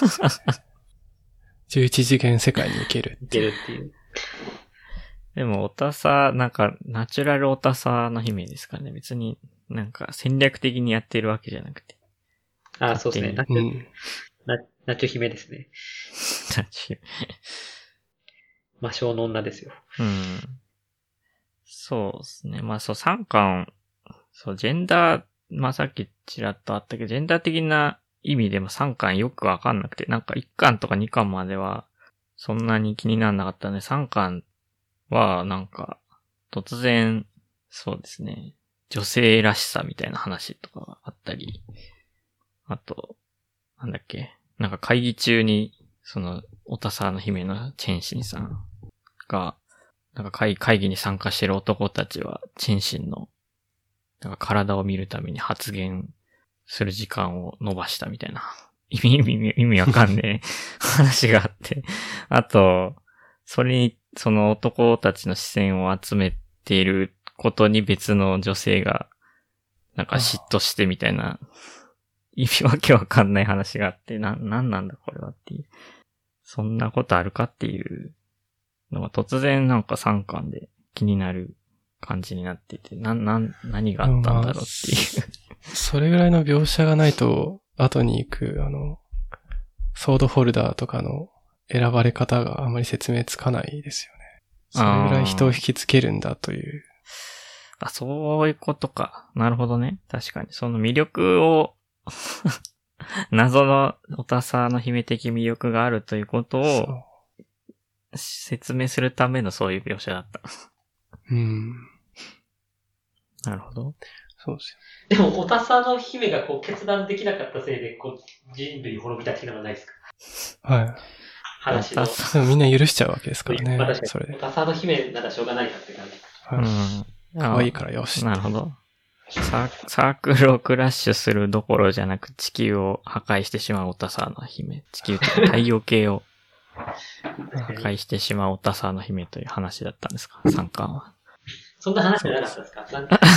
じゅういち次元世界に行ける。 行けるっていう。 でも、オタサー、なんか、ナチュラルオタサーの姫ですかね。別になんか戦略的にやってるわけじゃなくて。 ああ、そうですね。ナチュ、うん、ナ, ナチュ姫ですね。 ナチュ。 魔性の女ですよ。 うん。そうですね。まあそう、さんかん、そう、ジェンダー、まあさっきちらっとあったけど、ジェンダー的な意味でもさんかんよくわかんなくて、なんかいっかんとかにかんまでは、そんなに気にならなかったんで、さんかんは、なんか、突然、そうですね、女性らしさみたいな話とかがあったり、あと、なんだっけ、なんか会議中に、その、オタサーの姫のチェンシンさんが、なんか会会議に参加してる男たちは、チェンシンの、なんか体を見るために発言する時間を伸ばしたみたいな、意味、意味、意味わかんねえ話があって、あと、それに、その男たちの視線を集めていることに別の女性が、なんか嫉妬してみたいな、意味わけわかんない話があって、な、なんなんだこれはっていう。そんなことあるかっていうのが突然なんかさんかんで気になる感じになっていて、な、な、何があったんだろうっていう、まあ。 それぐらいの描写がないと、後に行く、あの、ソードホルダーとかの選ばれ方があまり説明つかないですよね。それぐらい人を引きつけるんだという。 あ、そういうことか。なるほどね。確かに。その魅力を、謎のオタサーの姫的魅力があるということを説明するためのそういう描写だった。 うん。 なるほど。 そうですよ。でも、オタサーの姫がこう決断できなかったせいで、こう、人類滅びた的なのはないですか？ はい。 話の。 でもみんな許しちゃうわけですからね。 私それで。 オタサーの姫ならしょうがないかって感じ。 はい。うん。可愛いからよし。 なるほど。サー、サークルをクラッシュするどころじゃなく地球を破壊してしまうオタサーの姫。地球と太陽系を破壊してしまうオタサーの姫という話だったんですか？さんかんは。 そんな話じゃなかったですか？なんか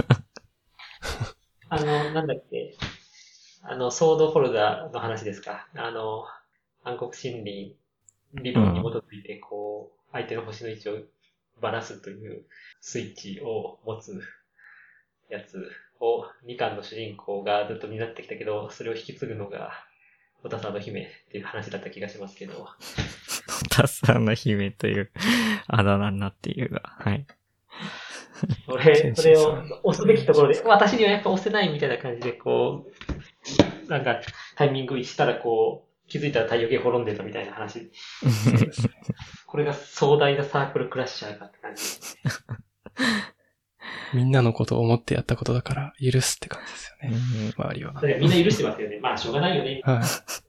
あの、なんだっけ。あの、ソードホルダーの話ですか？あの、暗黒森林理論に基づいて、こう、相手の星の位置をばらすというスイッチを持つやつをにかんの主人公がずっと担ってきたけど、それを引き継ぐのがオタサーの姫っていう話だった気がしますけど。 オタサーの姫というあだ名になっているが、はい。 俺、それを押すべきところで、私にはやっぱ押せないみたいな感じで、こう、なんかタイミングしたらこう、気づいたら太陽系滅んでたみたいな話。これが壮大なサークルクラッシャーかって感じ。 みんなのことを思ってやったことだから許すって感じですよね。うん、周りは。 みんな許してますよね。まあしょうがないよね。 はい。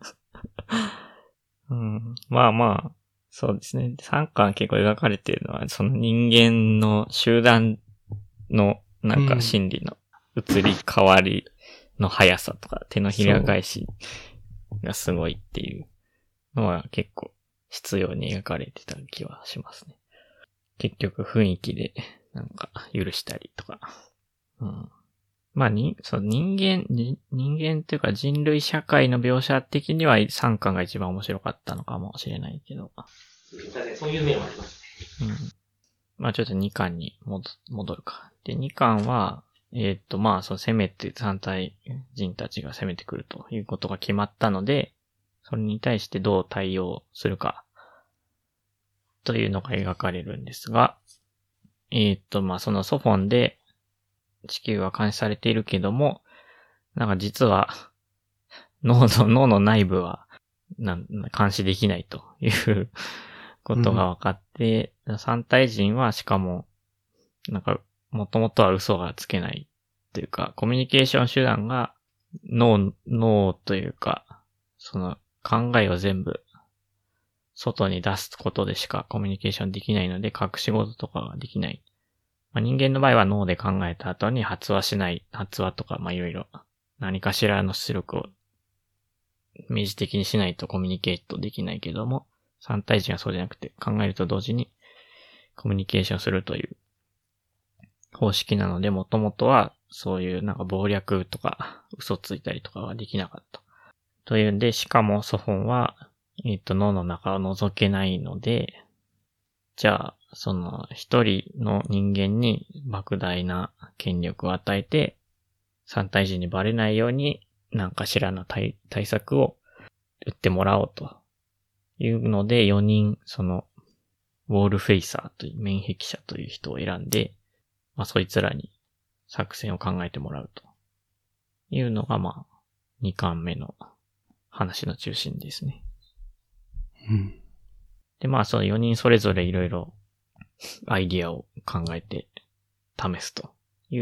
うん、まあまあ、そうですね。さんかん結構描かれているのは、その人間の集団のなんか心理の移り変わりの速さとか、手のひら返しがすごいっていうのは結構必要に描かれてた気はしますね。結局雰囲気でなんか許したりとか。うん、まあに、そう人間、人間というか人類社会の描写的にはさんかんが一番面白かったのかもしれないけど。 そういう面はありますね。うん。まあちょっとにかんに戻るか。で、にかんは、えー、っと、まあその攻めて、反対人たちが攻めてくるということが決まったので、それに対してどう対応するか、というのが描かれるんですが、 えっと、まあ、そのソフォンで地球は監視されているけども、なんか実は脳の、脳の内部はなん監視できないということが分かって、うん、三体人はしかも、なんか、もともとは嘘がつけないというか、コミュニケーション手段が脳、脳というか、その考えを全部外に出すことでしかコミュニケーションできないので、隠し事とかができない。まあ、人間の場合は脳で考えた後に発話しない、発話とか、まあいろいろ何かしらの出力を明示的にしないとコミュニケートできないけども、三体人はそうじゃなくて考えると同時にコミュニケーションするという方式なので、もともとはそういうなんか謀略とか嘘ついたりとかはできなかった。というんで、しかもソフォンは、えっと、脳の中を覗けないので、じゃあ、その一人の人間に莫大な権力を与えて、三体人にバレないように何かしらの 対, 対策を打ってもらおうというので、よにん、その、ウォールフェイサーという面壁者という人を選んで、まあそいつらに作戦を考えてもらうというのが、まあ、にかんめの話の中心ですね。 うん。 で、まあそのよにんそれぞれいろいろアイディアを考えて試すという、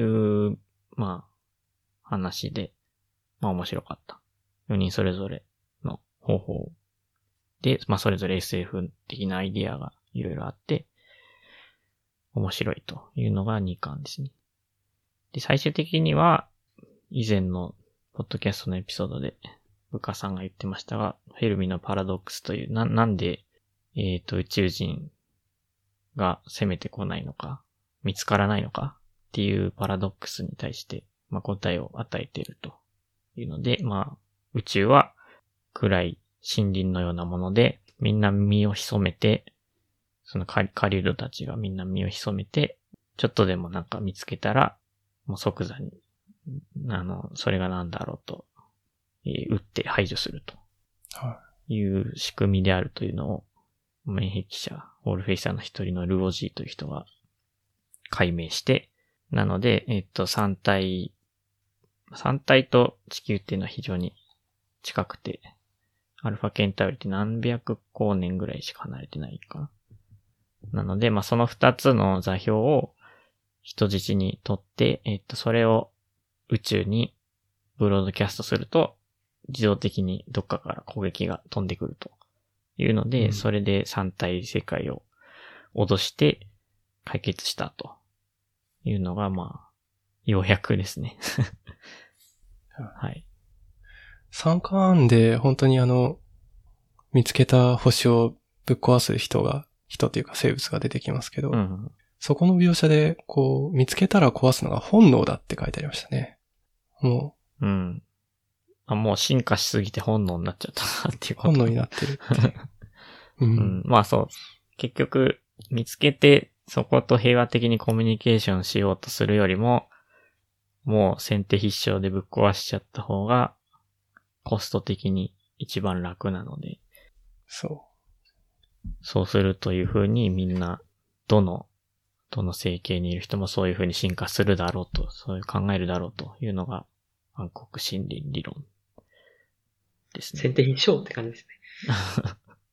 まあ、話で、まあ面白かった。よにんそれぞれの方法で、まあそれぞれ エスエフ 的なアイディアがいろいろあって、面白いというのがにかんですね。で、最終的には、以前のポッドキャストのエピソードで、ブカさんが言ってましたが、フェルミのパラドックスという、な、なんで、えっと、宇宙人が攻めてこないのか、見つからないのかっていうパラドックスに対して、まあ、答えを与えているというので、まあ、宇宙は暗い森林のようなもので、みんな身を潜めて、その狩人たちがみんな身を潜めて、ちょっとでもなんか見つけたら、もう即座に、あの、それが何だろうと、えー、撃って排除するという仕組みであるというのを、面壁者、ウォールフェイサーの一人のルオジーという人が解明して、なので、えっと、三体、三体と地球っていうのは非常に近くて、アルファケンタウリって何百光年ぐらいしか離れてないかな。なので、まあ、その二つの座標を人質にとって、えっと、それを宇宙にブロードキャストすると、自動的にどっかから攻撃が飛んでくるというので、うん、それで三体世界を脅して解決したというのが、まあ、ようやくですね。はい。 三巻で本当にあの、見つけた星をぶっ壊す人が、人というか生物が出てきますけど、うん、そこの描写で、こう、見つけたら壊すのが本能だって書いてありましたね。もう。うん。あ、もう進化しすぎて本能になっちゃったなっていうこと。 本能になってるっていう。 うん、うん。まあそう。結局、見つけて、そこと平和的にコミュニケーションしようとするよりも、もう先手必勝でぶっ壊しちゃった方が、コスト的に一番楽なので。 そう。 そうするというふうにみんな、どの、どの整形にいる人もそういうふうに進化するだろうと、そういう考えるだろうというのが、暗黒森林理論ですね。 先手必勝って感じですね。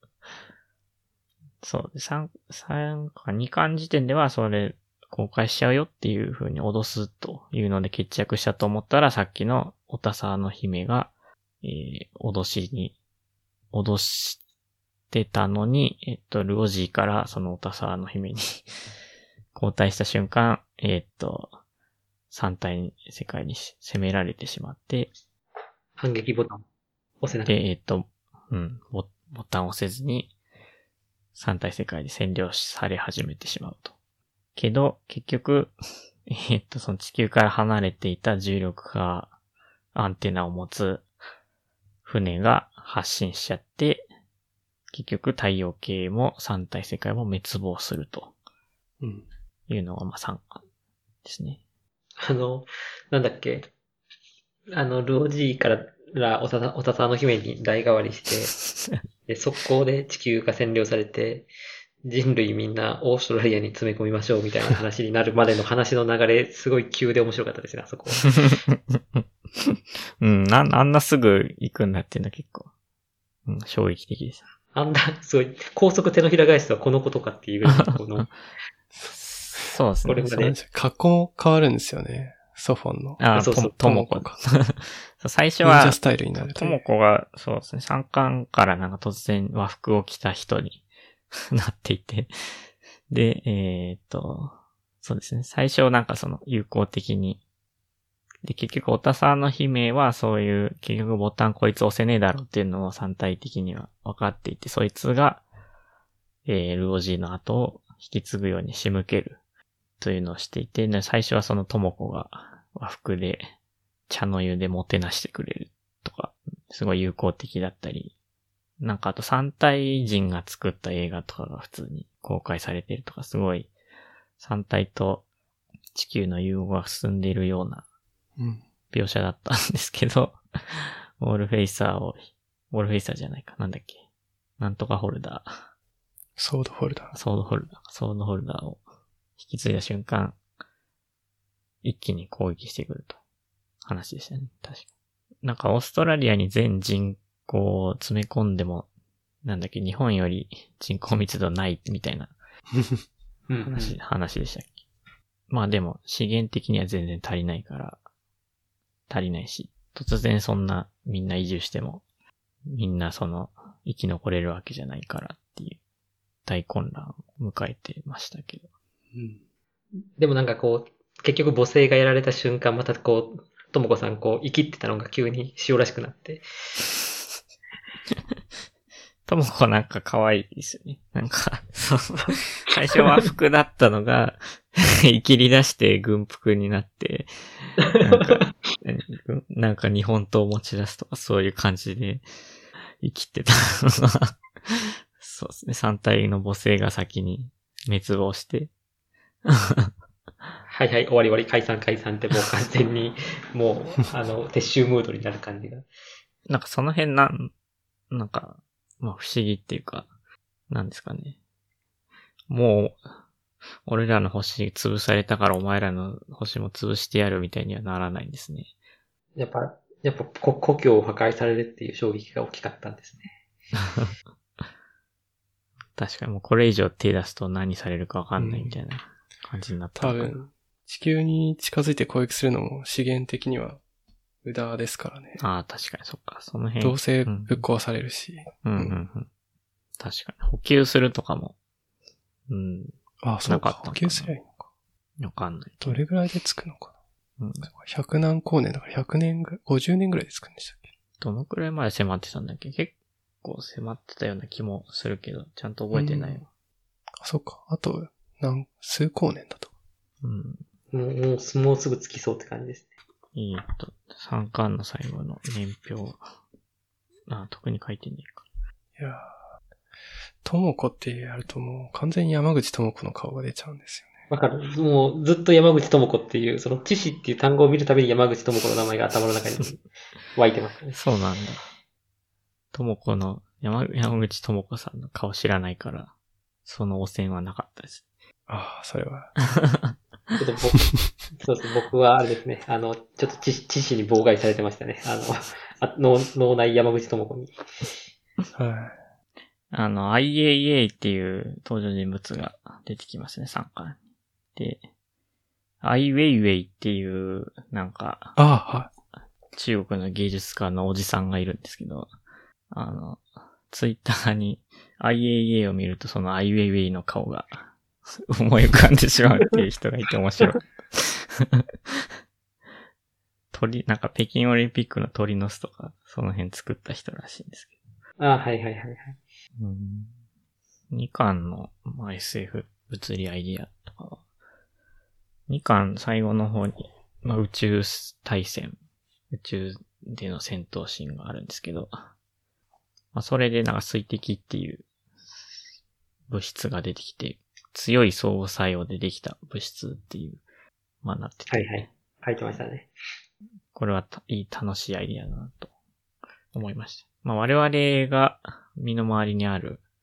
そう。三、三か二巻時点ではそれ公開しちゃうよっていうふうに脅すというので決着したと思ったら、さっきのおたさの姫が、えー、脅しに、脅してたのに、えっと、ルオジーからそのおたさの姫に交代した瞬間、えっと、三体世界に攻められてしまって、 反撃ボタン押せなかった。 で、えっと、うん、ボ、ボタンを押せずに、三体世界で占領され始めてしまうと。けど、結局、えっと、その地球から離れていた重力波アンテナを持つ船が発進しちゃって、結局太陽系も三体世界も滅亡すると。うん。いうのが、まあ、三巻ですね。 あの、なんだっけ。あの、ルオジーからおたさ、おたさの姫に代替わりして、で、速攻で地球が占領されて、 人類みんなオーストラリアに詰め込みましょうみたいな話になるまでの話の流れ、すごい急で面白かったですね、あそこ。 うん、な、あんなすぐ行くんだっていうのは結構、うん、衝撃的でした。 あんな、すごい、高速手のひら返しとはこのことかっていうぐらいの、この、 そうですね。 これまで。 格好も変わるんですよね。ソフォンの。 ああ、 そうそうと、ともこか。最初忍者は、 スタイルになるとという。 もこが、そうですね、さんかんからなんか突然和服を着た人になっていて。で、えーっと、そうですね、最初なんかその友好的に、で、結局、おたさんの姫はそういう、結局ボタンこいつ押せねえだろっていうのを三体的には分かっていて、そいつが、えー、ルオジーの後を引き継ぐように仕向けるというのをしていて、ね、最初はそのともこが和服で茶の湯でもてなしてくれるとか、すごい友好的だったり、なんかあと三体人が作った映画とかが普通に公開されてるとか、すごい三体と地球の融合が進んでいるような描写だったんですけど、うん、ウォールフェイサーを、ウォールフェイサーじゃないか、なんだっけ、なんとかホルダー。 ソードホルダー。 ソードホルダー。ソードホルダーを引き継いだ瞬間、一気に攻撃してくると話でしたね。確かに。なんかオーストラリアに全人口を詰め込んでも、なんだっけ、日本より人口密度ないみたいな話、うん、話でしたっけ。まあでも資源的には全然足りないから、足りないし、突然そんなみんな移住しても、みんなその生き残れるわけじゃないからっていう大混乱を迎えてましたけど。 うん、でもなんかこう、結局母性がやられた瞬間、またこう、ともこさんこう、生きってたのが急に塩らしくなって。 ともこなんか可愛いですよね。なんか、そう、最初は服だったのが、生きり出して軍服になって、なんか、なんか日本刀を持ち出すとかそういう感じで生きてたのが、そうですね、三体の母性が先に滅亡して、 はいはい、終わり終わり、解散解散ってもう完全に、もう、あの、撤収ムードになる感じが。 なんかその辺なん、なんか、まあ不思議っていうか、なんですかね。もう、俺らの星潰されたからお前らの星も潰してやるみたいにはならないんですね。 やっぱ、やっぱ故郷を破壊されるっていう衝撃が大きかったんですね。 確かにもうこれ以上手出すと何されるかわかんないみたいな感じになったのかな、 うん、多分、地球に近づいて攻撃するのも資源的には無駄ですからね。 ああ、確かにそっか。その辺。 どうせぶっ壊されるし。 うん、うん、うんうんうん。確かに。補給するとかも。うん。 ああ、そうか。補給すればいいのか。 わかんない。 どれぐらいでつくのかな。 うん。 ひゃく何光年だからひゃくねんぐらい、ごじゅうねんぐらいでつくんでしたっけ。 どのくらいまで迫ってたんだっけ。結構迫ってたような気もするけど、ちゃんと覚えてないわ。うん、 あ、そうか。あと、何、数光年だと。 うん。 もう、もう、もうすぐつきそうって感じですね。 えーっと、さんかんの最後の年表。あ、特に書いてねえか。 いやー、ともこってやるともう完全に山口ともこの顔が出ちゃうんですよね。 わかる。もうずっと山口智子っていう、その知識っていう単語を見るたびに山口智子の名前が頭の中に湧いてますね。 そうなんだ。智子の、山、山口智子さんの顔知らないから、その汚染はなかったです。 ああ、それは。 ちょっと僕、そうです。僕はあれですね。あの、ちょっと知知識に妨害されてましたね。あの、あ脳脳内山口智子に。 はい。 あの、アイエーイーエー っていう登場人物が出てきますね、さんかん。で、アイウェイウェイっていう、なんか、 ああ、はい。 中国の芸術家のおじさんがいるんですけど、あの、ツイッターに アイエーイーエー を見るとそのアイウェイウェイの顔が思い浮かんでしまうっていう人がいて面白い。鳥、なんか北京オリンピックの鳥の巣とか、その辺作った人らしいんですけど。ああ、はいはいはいはい。 うん、にかんの、まあ、エスエフ 物理アイディアとかは、にかん最後の方に、まあ、宇宙対戦、宇宙での戦闘シーンがあるんですけど、まあ、それでなんか水滴っていう物質が出てきて、強い相互作用でできた物質っていう、まあなってて。 はいはい。書いてましたね。 これはいい楽しいアイディアだなと思いました。まあ我々が身の回りにある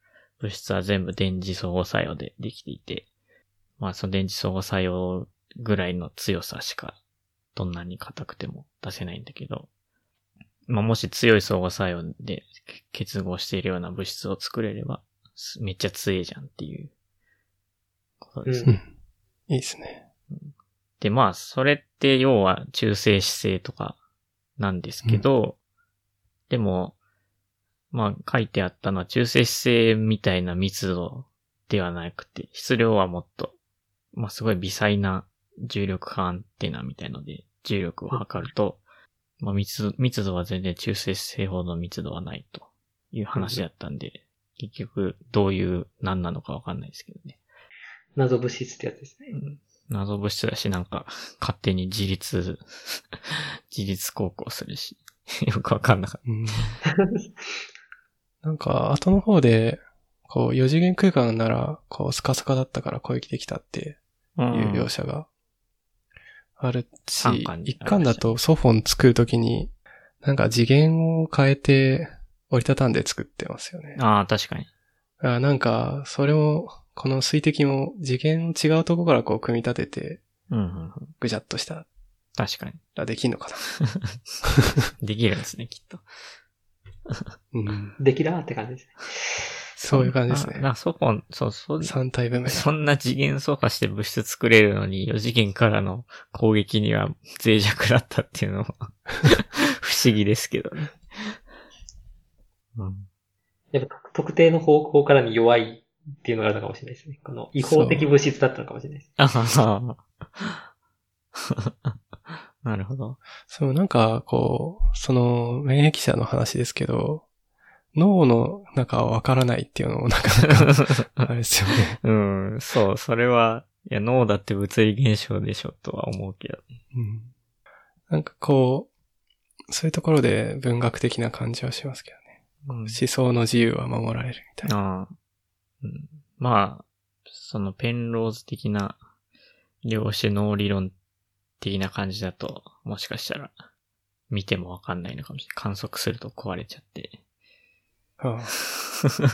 物質は全部電磁相互作用でできていて、まあその電磁相互作用ぐらいの強さしかどんなに硬くても出せないんだけど、まあもし強い相互作用で結合しているような物質を作れればめっちゃ強いじゃんっていうことですね。 うん、いいですね。 でまあそれって要は中性子星とかなんですけど、うん、でもまあ書いてあったのは中性子星みたいな密度ではなくて、質量はもっと、まあすごい微細な重力波アンテナみたいので重力を測ると、まあ密度、密度は全然中性子星ほど密度はないという話だったんで、うん、結局どういう何なのかわかんないですけどね。 謎物質ってやつですね。 うん、謎物質だし、なんか勝手に自立、自立航行するし、よくわかんなかった。うんなんか、後の方で、こう、四次元空間なら、こう、スカスカだったから攻撃できたっていう描写があるし、うん、一巻だとソフォン作るときに、なんか次元を変えて折りたたんで作ってますよね。 ああ、確かに。 あなんか、それも、この水滴も次元違うとこからこう組み立てて、ぐじゃっとした確かに。 らできんのかな。 できるんですね、きっと。 うん、 できらーって感じですね。 そういう感じですね。 な、ソフォン、そう、そう。 三体分目。 そんな次元操作して物質作れるのに、よ次元からの攻撃には脆弱だったっていうのは不思議ですけどね。 うん、やっぱ特定の方向からに弱いっていうのがあるのかもしれないですね。この違法的物質だったのかもしれないです。あはは。なるほど。 そう、なんか、こう、その、免疫者の話ですけど、脳の中はわからないっていうのもなかなか、あれですよね。 うん、そう、それは、いや、脳だって物理現象でしょとは思うけど。 うん。なんかこう、そういうところで文学的な感じはしますけどね。うん、思想の自由は守られるみたいな。 ああ、うん。まあ、そのペンローズ的な量子脳理論的な感じだと、もしかしたら、見てもわかんないのかもしれない。観測すると壊れちゃって。はあ、なるほど。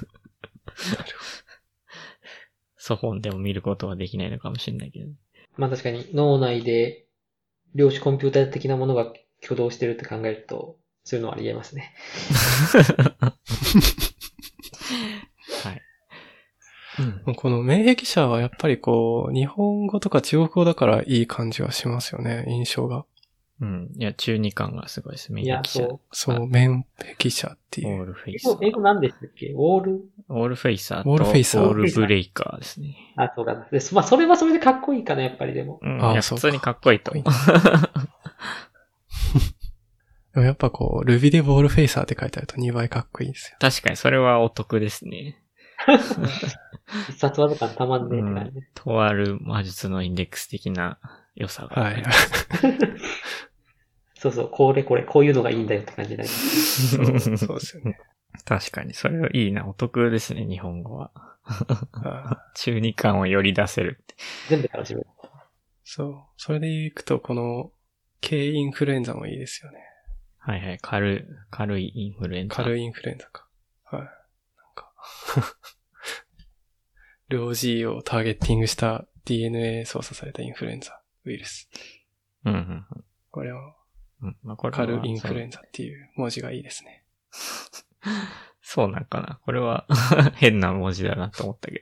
ソフォンでも見ることはできないのかもしれないけど。 まあ確かに脳内で量子コンピューター的なものが挙動してるって考えると、そういうのはあり得ますね。 はい。うん、この免疫者はやっぱりこう、日本語とか中国語だからいい感じはしますよね、印象が。 うん。いや、中二感がすごいです、免疫者。いや、 そう。そう、免疫者っていう。 オールフェイサー。 英語何でしたっけ？オールオールフェイサーとオールフェイサー。 オールブレイカーですね。 あ、そうかな。でまあ、それはそれでかっこいいかな、やっぱりでも。 うん。あいや、普通にかっこいいと思う。 でもやっぱこう、ルビでオールフェイサーって書いてあるとにばいかっこいいですよ。 確かに、それはお得ですね。 必殺技感たまんねえって感じ、 うん。とある魔術のインデックス的な良さがあります。 はい。そうそう、これこれ、こういうのがいいんだよって感じになります。 そう、そうですよね。 確かに、それはいいな、お得ですね、日本語は。中二感をより出せるって。 全部楽しめる。 そう。それでいくと、この、軽インフルエンザもいいですよね。 はいはい、軽い、軽いインフルエンザ。 軽いインフルエンザか。はい。なんか、両 G をターゲッティングした ディーエヌエー 操作されたインフルエンザウイルス。 うんうんうん。 これは、 うんまあ、これは軽インフルエンザっていう文字がいいですね。 そうなんかな。これは変な文字だなと思ったけ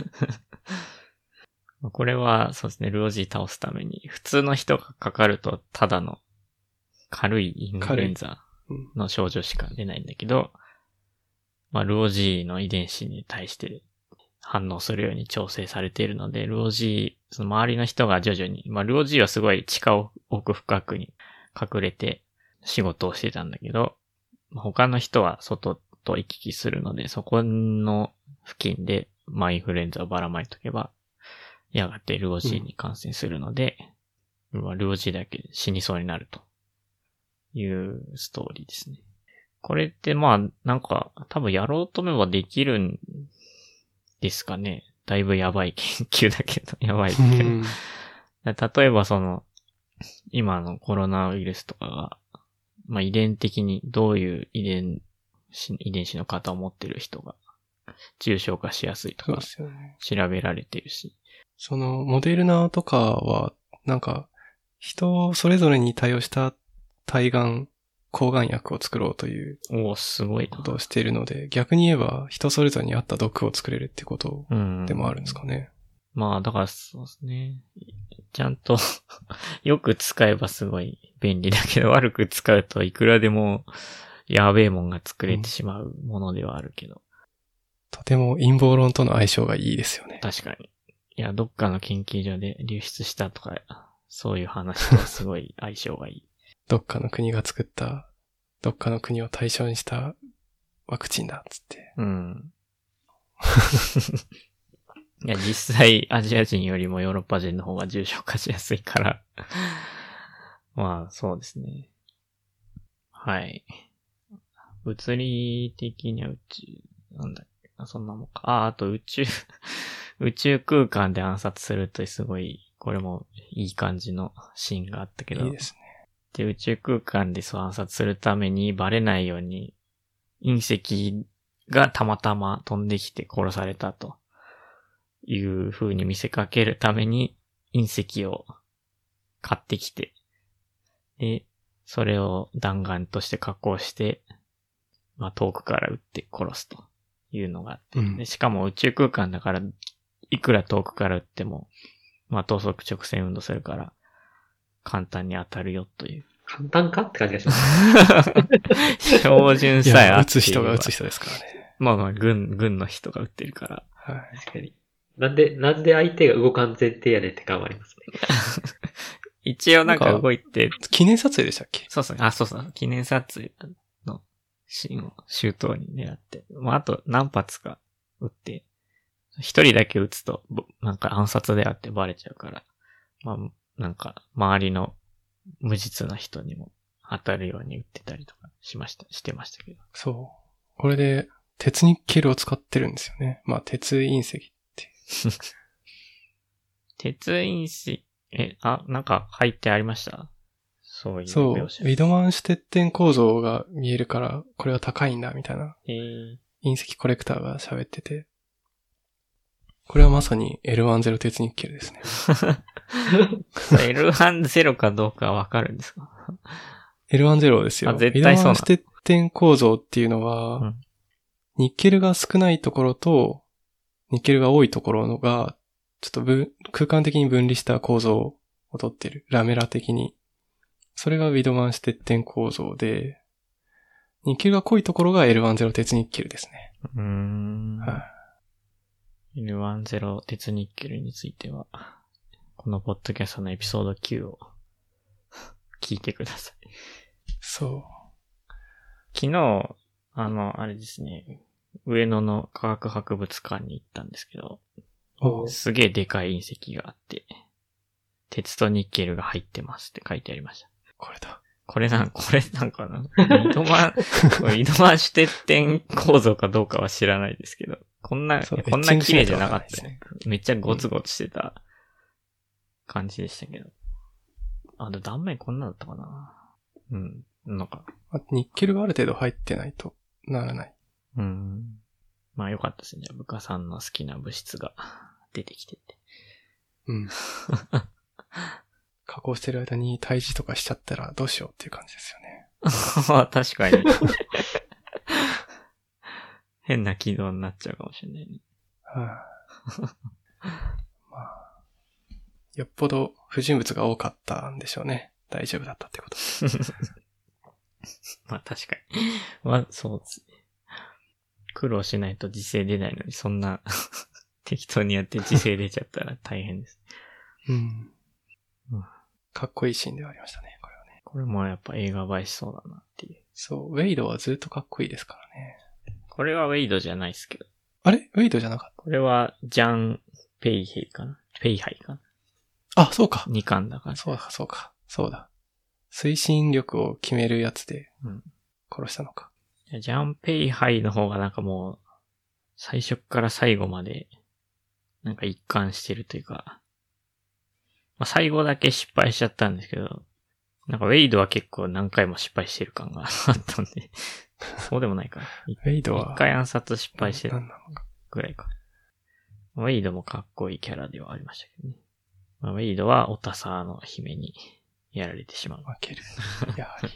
ど。これは、そうですね、ルオジー倒すために、普通の人がかかると、ただの軽いインフルエンザの症状しか出ないんだけど、まあ、ルオジーの遺伝子に対して反応するように調整されているので、ルオジー、その周りの人が徐々に、まあ、ルオジーはすごい地下奥深くに隠れて仕事をしてたんだけど、他の人は外と行き来するので、そこの付近で、まあ、インフルエンザをばらまいとけば、やがてルオジーに感染するので、うん、ルオジーだけ死にそうになるというストーリーですね。これってまあ、なんか、多分やろうと思えばできるんですかね。だいぶやばい研究だけど、やばいけど。例えばその、今のコロナウイルスとかが、まあ遺伝的にどういう遺伝子、遺伝子の型を持ってる人が重症化しやすいとか、 そうですよね。 調べられてるし。 その、モデルナとかは、なんか、人それぞれに対応した対がん、抗がん薬を作ろうというおー、すごいことをしているので、逆に言えば人それぞれに合った毒を作れるってことでもあるんですかね。 まあ、だからそうですね。ちゃんとよく使えばすごい便利だけど、悪く使うといくらでもやべえもんが作れてしまうものではあるけど。うん、 とても陰謀論との相性がいいですよね。 確かに。いや、どっかの研究所で流出したとか、そういう話とすごい相性がいい。 どっかの国が作った、どっかの国を対象にしたワクチンだっつって。 うん。いや、実際アジア人よりもヨーロッパ人の方が重症化しやすいから。まあ、そうですね。はい。物理的には宇宙、なんだっけな、そんなもんか。あ、あと宇宙、宇宙空間で暗殺するとすごい、これもいい感じのシーンがあったけど。 いいですね。 で、宇宙空間でそう暗殺するためにバレないように隕石がたまたま飛んできて殺されたという風に見せかけるために隕石を買ってきて、で、それを弾丸として加工して、まあ遠くから撃って殺すというのがあって、うん、でしかも宇宙空間だからいくら遠くから撃っても、まあ等速直線運動するから簡単に当たるよという。 簡単かって感じがします。 標準さえあって。 撃つ人が撃つ人ですからね。 まあまあ、軍、軍の人が撃ってるから。 はい。 確かに。なんで、なんで相手が動かん前提やねんって感はありますね。 一応なんか動いて。 記念撮影でしたっけ？ そうそう。あ、そうそう。記念撮影のシーンを周到に狙って。まああと何発か撃って、一人だけ撃つと、なんか暗殺であってバレちゃうから。まあ、なんか、周りの無実な人にも当たるように撃ってたりとかしました、してましたけど。 そう。これで、鉄ニッケルを使ってるんですよね。まあ、鉄隕石って。 鉄隕石、え、あ、なんか入ってありました？そういうそう。ウィドマンシュテッテン構造が見えるから、これは高いんだ、みたいな。 へー。 隕石コレクターが喋ってて。これはまさに エルじゅう 鉄ニッケルですね。 エルじゅう かどうかわかるんですか？ エルじゅう ですよ。 あ、絶対そうなの。 ウィドマンシュテッテン構造っていうのは、うん、ニッケルが少ないところと、ニッケルが多いところのが、ちょっと分空間的に分離した構造をとってる。ラメラ的に。それがウィドマンシュテッテン構造で、ニッケルが濃いところが エルじゅう 鉄ニッケルですね。 うーん。 はい、 エルじゅう 鉄ニッケルについては、このポッドキャストのエピソードきゅうを聞いてください。 そう。 昨日、あの、あれですね、上野の科学博物館に行ったんですけど、すげえでかい隕石があって、鉄とニッケルが入ってますって書いてありました。 これだ。 これなん、これなんかなウィドマン、ウィドマンシュテッテン構造かどうかは知らないですけど、こんな、こんな綺麗じゃなかったね。めっちゃゴツゴツしてた感じでしたけど。あ、で断面こんなだったかな。うん。なんか。 ニッケルがある程度入ってないとならない。 うん。まあよかったですね。ブカさんの好きな物質が出てきてて。 うん。加工してる間に退治とかしちゃったらどうしようっていう感じですよね。確かに。変な軌道になっちゃうかもしれないね。 はあ、まあ、よっぽど不純物が多かったんでしょうね。大丈夫だったってこと。 まあ確かに。まあそうですね。苦労しないと時世出ないのに、そんな適当にやって時世出ちゃったら大変です。 うん。うん、かっこいいシーンではありましたね、これはね。 これもやっぱ映画映えしそうだなっていう。 そう、ウェイドはずっとかっこいいですからね。 これはウェイドじゃないですけど。 あれウェイドじゃなかった？ これはジャン・ペイヘイかなペイハイかなあ、そうか。 二巻だから。 そうか、そうか。そうだ。推進力を決めるやつで、殺したのか。 うん、ジャン・ペイハイの方がなんかもう、最初から最後まで、なんか一貫してるというか、まあ、最後だけ失敗しちゃったんですけど、なんかウェイドは結構何回も失敗してる感があったんで、 そうでもないか。 ウェイドは。 一回暗殺失敗してる何なのか。 ぐらいか。ウェイドもかっこいいキャラではありましたけどね。まあ、ウェイドはオタサーの姫にやられてしまう。 負ける。やはり。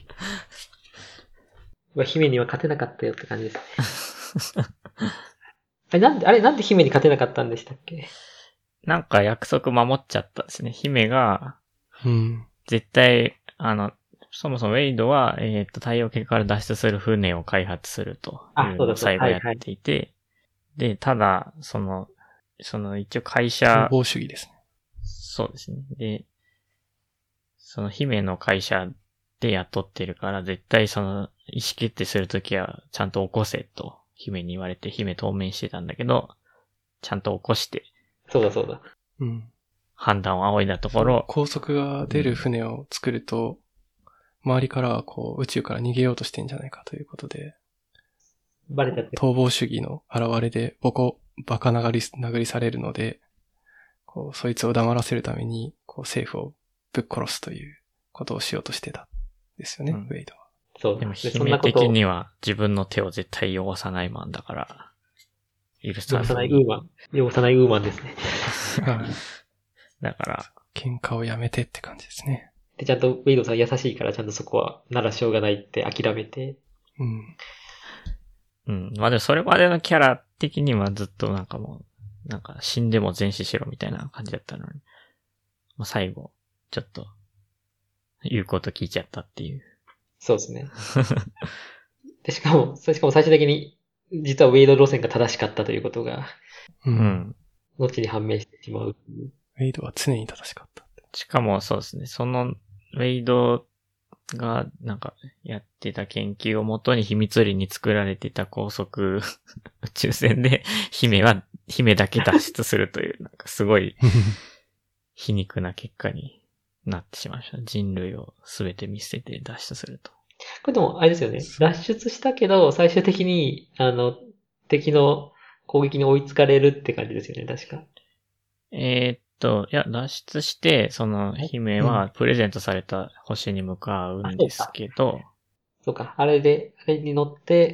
まあ姫には勝てなかったよって感じですね。あれなんで、あれなんで姫に勝てなかったんでしたっけ？ なんか約束守っちゃったんですね。姫が、 うん。 絶対、あの、そもそもウェイドは、えっと、太陽系から脱出する船を開発するというのを最後やっていて、で、ただ、その、その一応会社、 逃亡主義ですね。 そうですね。で、その姫の会社で雇ってるから、絶対その意思決定するときはちゃんと起こせと姫に言われて、姫当面してたんだけど、ちゃんと起こして、 そうだそうだ。 うん。 判断を仰いだところ、 高速が出る船を作ると、うん、周りからはこう宇宙から逃げようとしてんじゃないかということで、 バレちゃって。 逃亡主義の現れでボコ、バカ殴り、殴りされるので、こう、そいつを黙らせるために、こう、政府をぶっ殺すということをしようとしてたんですよね、うん、ウェイドは。 そう。 でも姫的には自分の手を絶対汚さないマンだから、許さ汚さないウーマン。汚さないウーマンですね。 だから、 喧嘩をやめてって感じですね。 で、ちゃんとウェイドさん優しいからちゃんとそこは、ならしょうがないって諦めて。 うん。 うん。まあでもそれまでのキャラ的にはずっとなんかもう、なんか死んでも全死しろみたいな感じだったのに、まあ、最後、ちょっと、言うこと聞いちゃったっていう。 そうですね。で、しかも、しかも最終的に、実はウェイド路線が正しかったということが、 うん。 後に判明してしまう。 ウェイドは常に正しかった。 しかもそうですね、その、ウェイドが、なんか、やってた研究をもとに秘密裏に作られていた高速宇宙船で、姫は、姫だけ脱出するという、なんかすごい、皮肉な結果になってしまいました。人類をすべて見捨てて脱出すると。 これでも、あれですよね。脱出したけど、最終的に、あの、敵の攻撃に追いつかれるって感じですよね、確か。 えー、っと、いや、脱出して、その、姫はプレゼントされた星に向かうんですけど、 そうか。そうか。あれで、あれに乗って、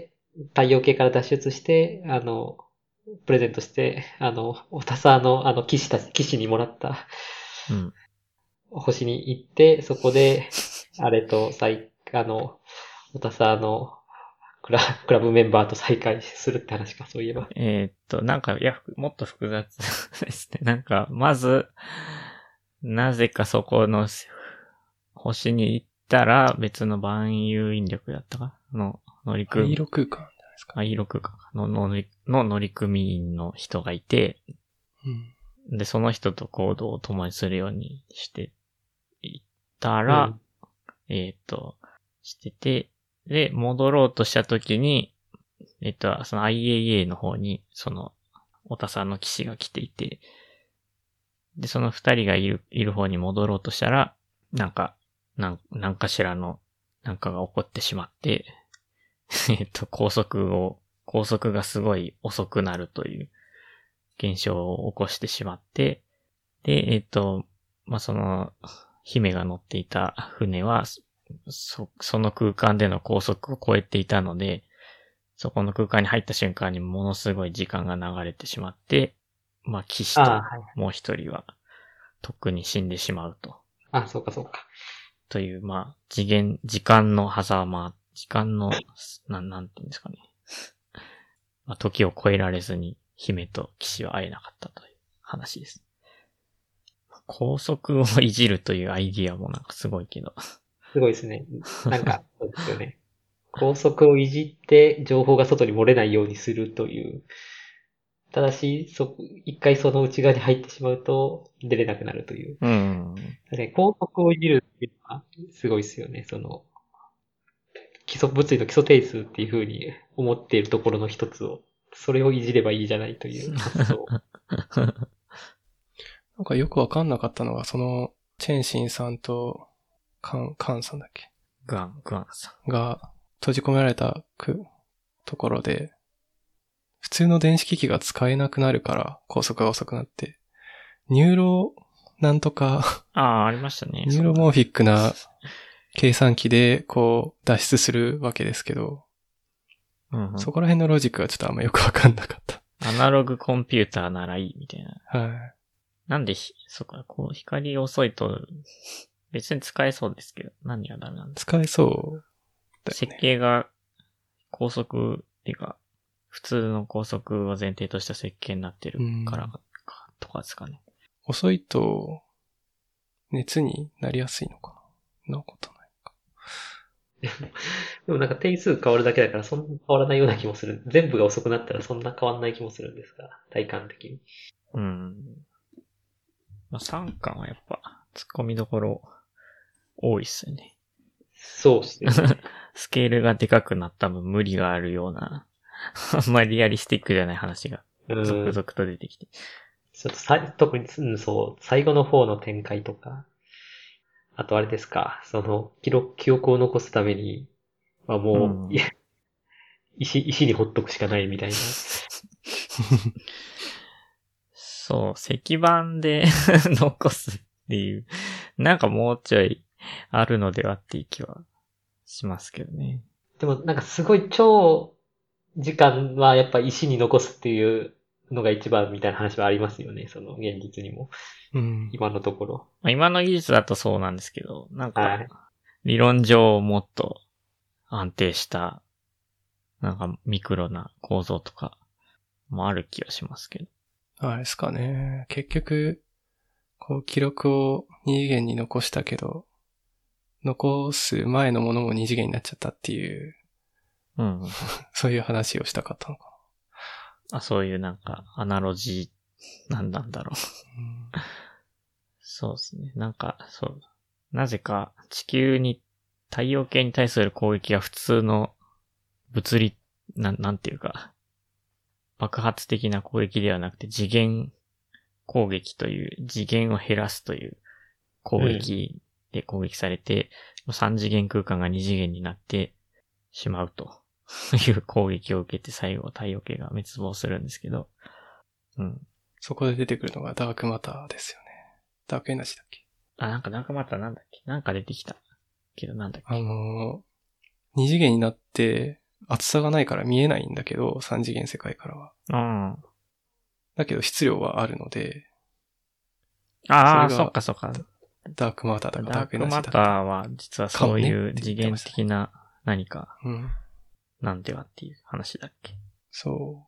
太陽系から脱出して、あの、プレゼントして、あの、オタサーの、あの、騎士たち、騎士にもらった、 うん。 星に行って、そこで、あれと、再、あの、オタサーのクラ、クラブメンバーと再会するって話か、そういえば。 えー、っと、なんか、いや、もっと複雑ですね。なんか、まず、なぜかそこの星に行ったら、別の万有引力だったかの乗組員。 アイロ空間じゃないですか。 アイロ空間の乗り、の乗組員の人がいて、 うん、 で、その人と行動を共にするようにしていったら、うん、えっと、してて、で、戻ろうとしたときに、えっと、その アイエーエー の方に、その、オタさんの騎士が来ていて、で、その二人がいる、いる方に戻ろうとしたら、なんか、なん、なんかしらの、なんかが起こってしまって、えっと、高速を、高速がすごい遅くなるという現象を起こしてしまって、で、えっと、まあ、その、姫が乗っていた船は、そ、その空間での高速を超えていたので、そこの空間に入った瞬間にものすごい時間が流れてしまって、まあ、騎士ともう一人は、とっくに死んでしまうと。 あ、そうかそうか。 という、まあ、次元、時間の狭間、時間の、なん、なんていうんですかね。まあ、時を超えられずに、姫と騎士は会えなかったという話です。高速をいじるというアイディアもなんかすごいけど。 すごいですね。なんか、そうですよね。高速をいじって情報が外に漏れないようにするという。ただし、そ、一回その内側に入ってしまうと出れなくなるという。 うん。 ね、高速をいじるっていうのはすごいですよね。その、基礎、物理の基礎定数っていう風に思っているところの一つを、それをいじればいいじゃないという発想。 なんかよくわかんなかったのが、その、チェンシンさんと、カン、カンさんだっけグアン、グアンさん。が、閉じ込められたく、ところで、普通の電子機器が使えなくなるから高速が遅くなって、ニューロなんとか、 ああ、ありましたね。 ニューロモーフィックな計算機でこう脱出するわけですけど、 うんうん、 そこら辺のロジックはちょっとあんまよくわかんなかった。 アナログコンピューターならいいみたいな。 はい。 なんでひ、そっか、こう、光遅いと、別に使えそうですけど、何がダメなんですか？ 使えそうだよね。 設計が高速っていうか、普通の高速を前提とした設計になってるからか、とかですかね。 遅いと、熱になりやすいのかな？そんなことないか。 でもなんか定数変わるだけだからそんな変わらないような気もする。全部が遅くなったらそんな変わらない気もするんですが、体感的に。 うん。まあ、さん巻はやっぱ、突っ込みどころ多いっすよね。 そうっすね。 スケールがでかくなった分無理があるような、あんまりリアリスティックじゃない話が続々と出てきて。 ちょっとさ特に、うん、そう、最後の方の展開とか、あとあれですか、その、記録、記憶を残すために、まあもう、うん、石、石にほっとくしかないみたいな。 そう、石板で残すっていう、なんかもうちょいあるのではっていう気はしますけどね。 でもなんかすごい超時間はやっぱ石に残すっていうのが一番みたいな話はありますよね、その現実にも。 うん、 今のところ。 まあ、今の技術だとそうなんですけど、なんか、理論上もっと安定した、なんかミクロな構造とかもある気がしますけど。 あれですかね。結局、こう記録を二次元に残したけど、残す前のものも二次元になっちゃったっていう、 うんうん、 そういう話をしたかったのかな。あ、そういうなんかアナロジーなんなんだろう、うん。そうですね。なんか、そう。なぜか地球に、太陽系に対する攻撃が普通の物理、な、なんていうか、爆発的な攻撃ではなくて次元攻撃という次元を減らすという攻撃で攻撃されて、うん、さん次元空間がに次元になってしまうという攻撃を受けて最後太陽系が滅亡するんですけど、うん。 そこで出てくるのがダークマターですよね。ダークエナジーだっけ？ あ、なんかダークマターなんだっけ？なんか出てきたけどなんだっけ？ あのー、に次元になって厚さがないから見えないんだけど、さん次元世界からは。 ああ。 だけど質量はあるので。 ああ、そっかそっか。 ダークマターだからダークエナジーだった。 ダークマターは実はそういう次元的な何かなんではっていう話だっけ？ そう。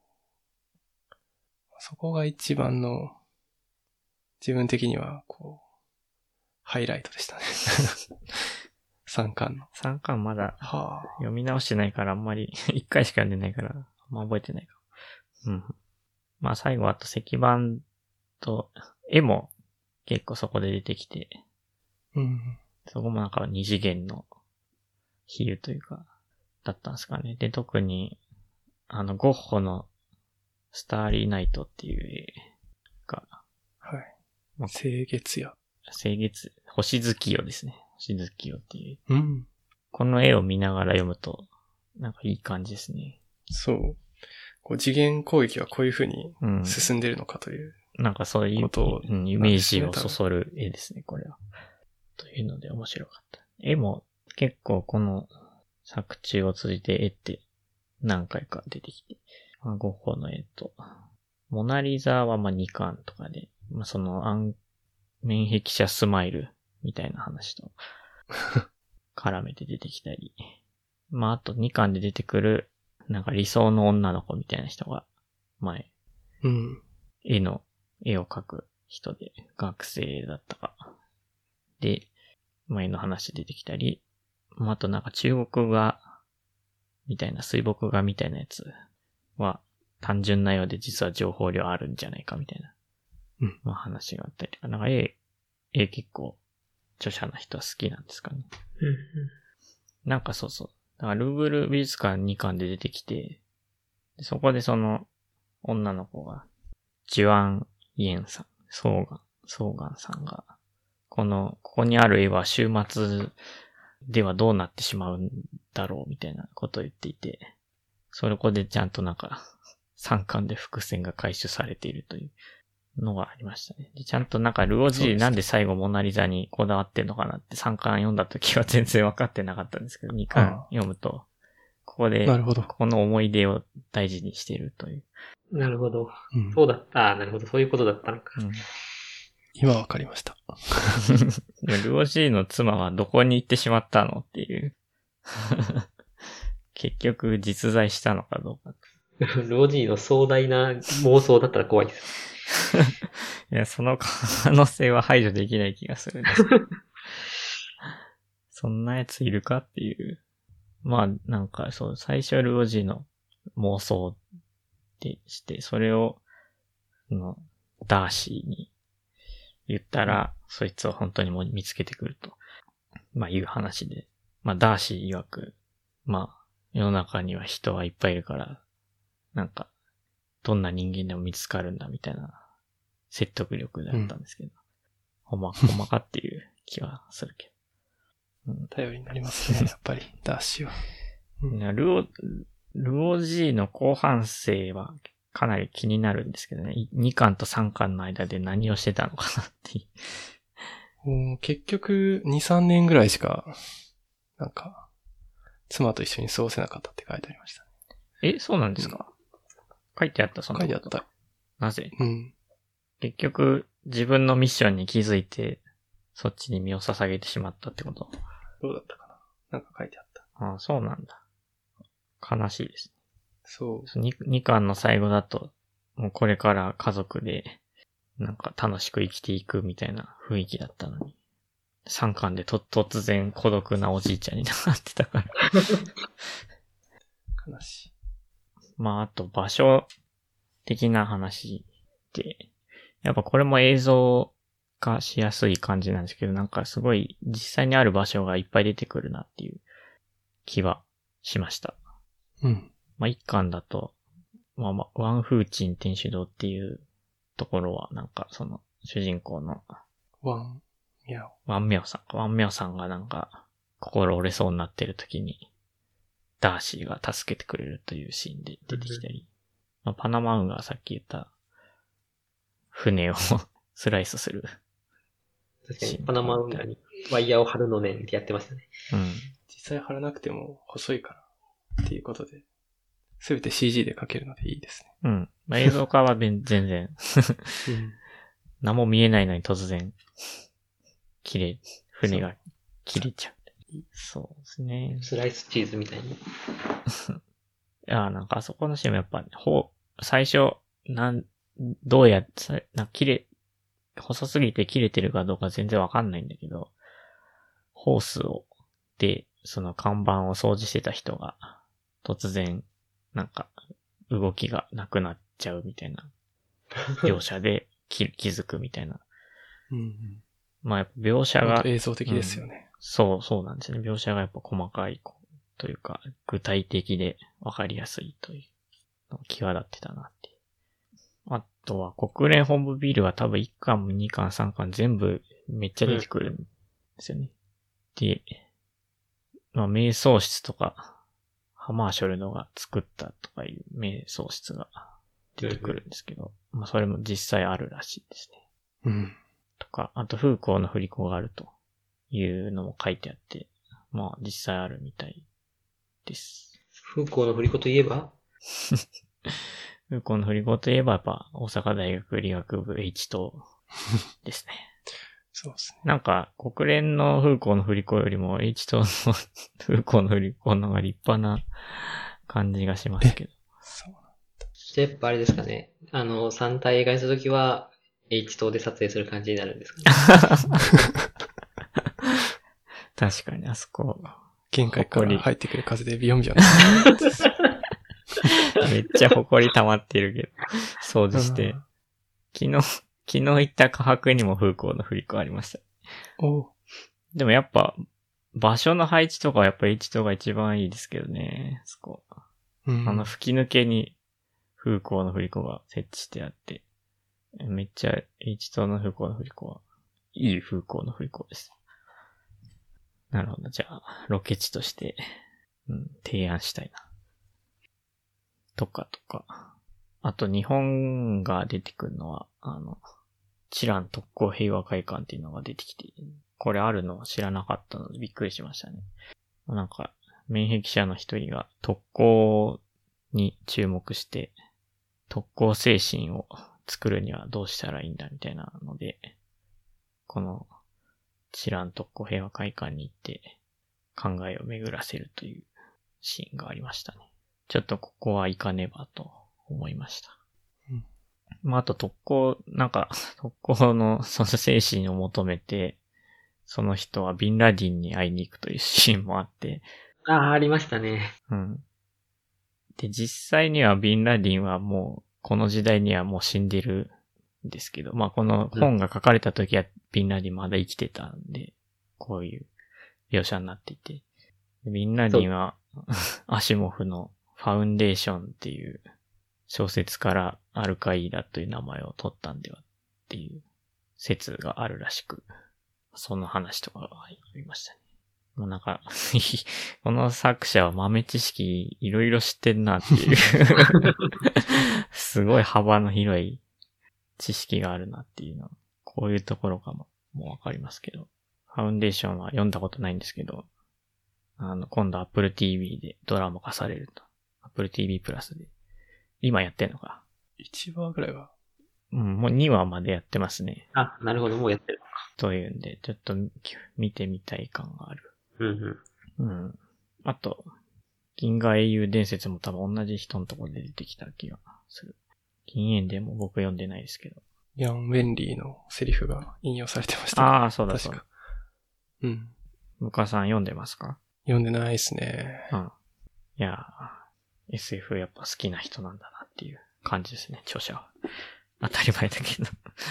そこが一番の自分的にはこうハイライトでしたね。三巻の。 三巻まだ読み直してないからあんまり一回しか読んでないからあんま覚えてないかも。うん。まあ最後あと石板と絵も結構そこで出てきて、 うん、 そこもなんか二次元の比喩というかだったんですかね。で特にあのゴッホのスターリーナイトっていう絵が、 はい。まあ、星月夜。 星月、星月夜ですね。星月夜っていう。 うん。 この絵を見ながら読むと、なんかいい感じですね。 そう。こう次元攻撃はこういう風に進んでるのかという、 うん。なんかそういうことを、うん、イメージをそそる絵ですね、これは。というので面白かった。絵も結構この作中を通じて絵って何回か出てきて、まあ、ゴッホの絵と、モナリザはまあにかんとかで、まあ、その暗面壁写スマイルみたいな話と絡めて出てきたり、まああとにかんで出てくるなんか理想の女の子みたいな人が前、 うん、 絵の絵を描く人で学生だったかで前の話出てきたり、まあ、あとなんか中国画みたいな水墨画みたいなやつは単純なようで実は情報量あるんじゃないかみたいな、 うんまあ、話があったりとか、なんか絵、絵結構著者な人は好きなんですかね。 うんうん、 なんかそうそう。だからルーブル美術館にかんで出てきて、でそこでその女の子が、ジュアン・イエンさん、ソーガン、ソーガンさんが、この、ここにある絵は終末ではどうなってしまうんだろうみたいなことを言っていて、そこでちゃんとなんか、さんかんで伏線が回収されているというのがありましたね。でちゃんとなんかルオジーなんで最後モナリザにこだわってんのかなってさんかん読んだ時は全然分かってなかったんですけど、にかん読むと、ここで、 なるほど。 この思い出を大事にしているという。 なるほど。 うん、 そうだった。ああ、なるほど。そういうことだったのか。 うん、 今わかりました。 ルオジーの妻はどこに行ってしまったのっていう。結局実在したのかどうか。 ルオジーの壮大な妄想だったら怖いです。 いや、その可能性は排除できない気がするんです。そんなやついるかっていう。まあ、なんかそう、最初はルオジーの妄想でして、それを、の、ダーシーに言ったら、うん、そいつを本当にもう見つけてくると。まあ、いう話で。まあ、ダーシー曰く、まあ、世の中には人はいっぱいいるから、なんか、どんな人間でも見つかるんだみたいな説得力であったんですけど。うん、ほんま、ほんまかっていう気はするけど。うん、頼りになりますね、やっぱり、ダーシーは。 うん、ルオ、ルオジーの後半生はかなり気になるんですけどね。にかんとさんかんの間で何をしてたのかなっていう。 結局、に、さんねんぐらいしか、なんか、妻と一緒に過ごせなかったって書いてありましたね。 え、そうなんですか、うん、書いてあった、その書いてあった。 なぜうん。 結局、自分のミッションに気づいて、そっちに身を捧げてしまったってこと？ どうだったかな、なんか書いてあった。 ああ、そうなんだ。悲しいですね。 そう。 に, にかんの最後だと、もうこれから家族で、なんか楽しく生きていくみたいな雰囲気だったのに、さんかんでと突然孤独なおじいちゃんになってたから。 悲しい。 まあ、あと場所的な話で、やっぱこれも映像化しやすい感じなんですけど、なんかすごい実際にある場所がいっぱい出てくるなっていう気はしました。 うん。 まあ一巻だと、まあまあ、ワンフーチン天主堂っていうところはなんかその主人公のワンミャオ。 ワンミャオさんか、ワンミャオさんがなんか心折れそうになってる時にダーシーが助けてくれるというシーンで出てきたり、まあ、パナマ運河さっき言った船をスライスする。 確かに、パナマ運河にワイヤーを張るのねってやってましたね。 うん。 実際張らなくても細いからっていうことで、すべて シージー で描けるのでいいですね。 うん。まあ、映像化は全然、うん、何も見えないのに突然、切れ、船が切れちゃう。そうですね。 スライスチーズみたいに。いや、なんかあそこのシーンもやっぱ、ほう、最初、なん、どうやって、な、切れ、細すぎて切れてるかどうか全然わかんないんだけど、ホースを、で、その看板を掃除してた人が、突然、なんか、動きがなくなっちゃうみたいな、描写で気気づくみたいな。 うんうん、 まあやっぱ描写が。 映像的ですよね、 うん。そう、そうなんですね。描写がやっぱ細かいというか、具体的でわかりやすいというのが際立ってたなっていう。あとは国連本部ビルは多分いっかんもにかんさんかん全部めっちゃ出てくるんですよね。うん、で、まあ瞑想室とか、ハマーショルドが作ったとかいう瞑想室が出てくるんですけど、まあそれも実際あるらしいですね。 うん。 とか、あとフーコーの振り子があるというのも書いてあって、まあ実際あるみたいです。 フーコーの振り子といえばフーコーの振り子といえばやっぱ大阪大学理学部 H 棟ですね。 そうですね。 なんか国連のフーコーの振り子よりも H 棟のフーコーの振り子の方が立派な感じがしますけど。 そうなんだ。 やっぱあれですかね。あの、三体映画にするときは H 棟で撮影する感じになるんですかね。 確かにあそこ。 玄関から入ってくる風でビヨンビヨン。 めっちゃ埃溜まってるけど、掃除して。昨日、昨日行った科博にもフーコーの振り子ありました。 おでもやっぱ、場所の配置とかはやっぱ H 棟が一番いいですけどね、そこ。うん、あの吹き抜けにフーコーの振り子が設置してあって、めっちゃ H 棟のフーコーの振り子は、いいフーコーの振り子です。なるほど。じゃあ、ロケ地として、うん、提案したいな。とかとか。あと日本が出てくるのは、あの、チラン特攻平和会館っていうのが出てきて、これあるのは知らなかったのでびっくりしましたね。なんか、 免疫者の一人が特攻に注目して、特攻精神を作るにはどうしたらいいんだみたいなので、この知覧特攻平和会館に行って考えを巡らせるというシーンがありましたね。ちょっとここは行かねばと思いました。うん、まあ、あと特攻、なんか特攻のその精神を求めて、その人はビンラディンに会いに行くというシーンもあって。 ああ、ありましたね。 うん。で、実際にはビンラディンはもう、この時代にはもう死んでるんですけど、まあこの本が書かれた時はビンラディンまだ生きてたんで、こういう描写になっていて。ビンラディンはアシモフのファウンデーションっていう小説からアルカイーダという名前を取ったんではっていう説があるらしく、その話とかがありましたね。もうなんか、この作者は豆知識いろいろ知ってんなっていう。すごい幅の広い知識があるなっていうのは、こういうところかも、もうわかりますけど。ファウンデーションは読んだことないんですけど、あの、今度 Apple ティーブイ でドラマ化されると。Apple ティーブイ プラスで。今やってんのか。 いちわぐらいはうん、もうにわまでやってますね。 あ、なるほど、もうやってるのか。 というんで、ちょっと見てみたい感がある。 うんうん。 うん。あと、銀河英雄伝説も多分同じ人のところで出てきた気がする。銀炎伝も僕読んでないですけど。 ヤン・ウェンリーのセリフが引用されてました、 ね。ああ、そうだそうだ。 確か。うん。 向川さん読んでますか？ 読んでないですね。 うん。いやー、エスエフ やっぱ好きな人なんだなっていう感じですね、著者は。当たり前だけど。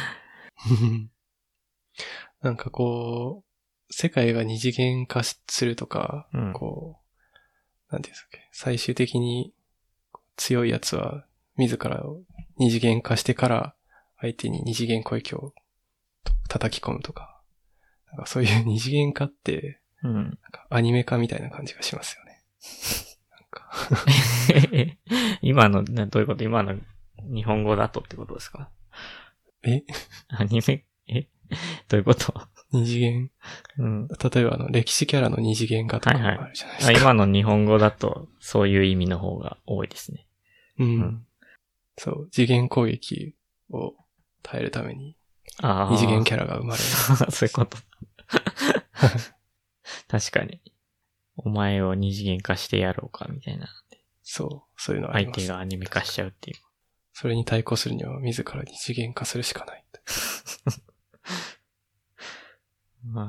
なんかこう、世界が二次元化するとか、 うん、 こう、なんていうんですか、最終的に強いやつは自らを二次元化してから相手に二次元攻撃を叩き込むとか、なんかそういう二次元化って、 うん、 なんかアニメ化みたいな感じがしますよね。なんか今の、どういうこと？今の日本語だとってことですか？ えアニメ、えどういうこと？ 二次元、うん、例えばあの歴史キャラの二次元化とかもあるじゃないですか。 はいはい、今の日本語だとそういう意味の方が多いですね。 うん。うん、そう、次元攻撃を耐えるために二次元キャラが生まれる。 そういうこと。確かに。お前を二次元化してやろうかみたいな。 そう、そういうのあります。相手がアニメ化しちゃうっていう。 それに対抗するには自ら二次元化するしかない。 はい。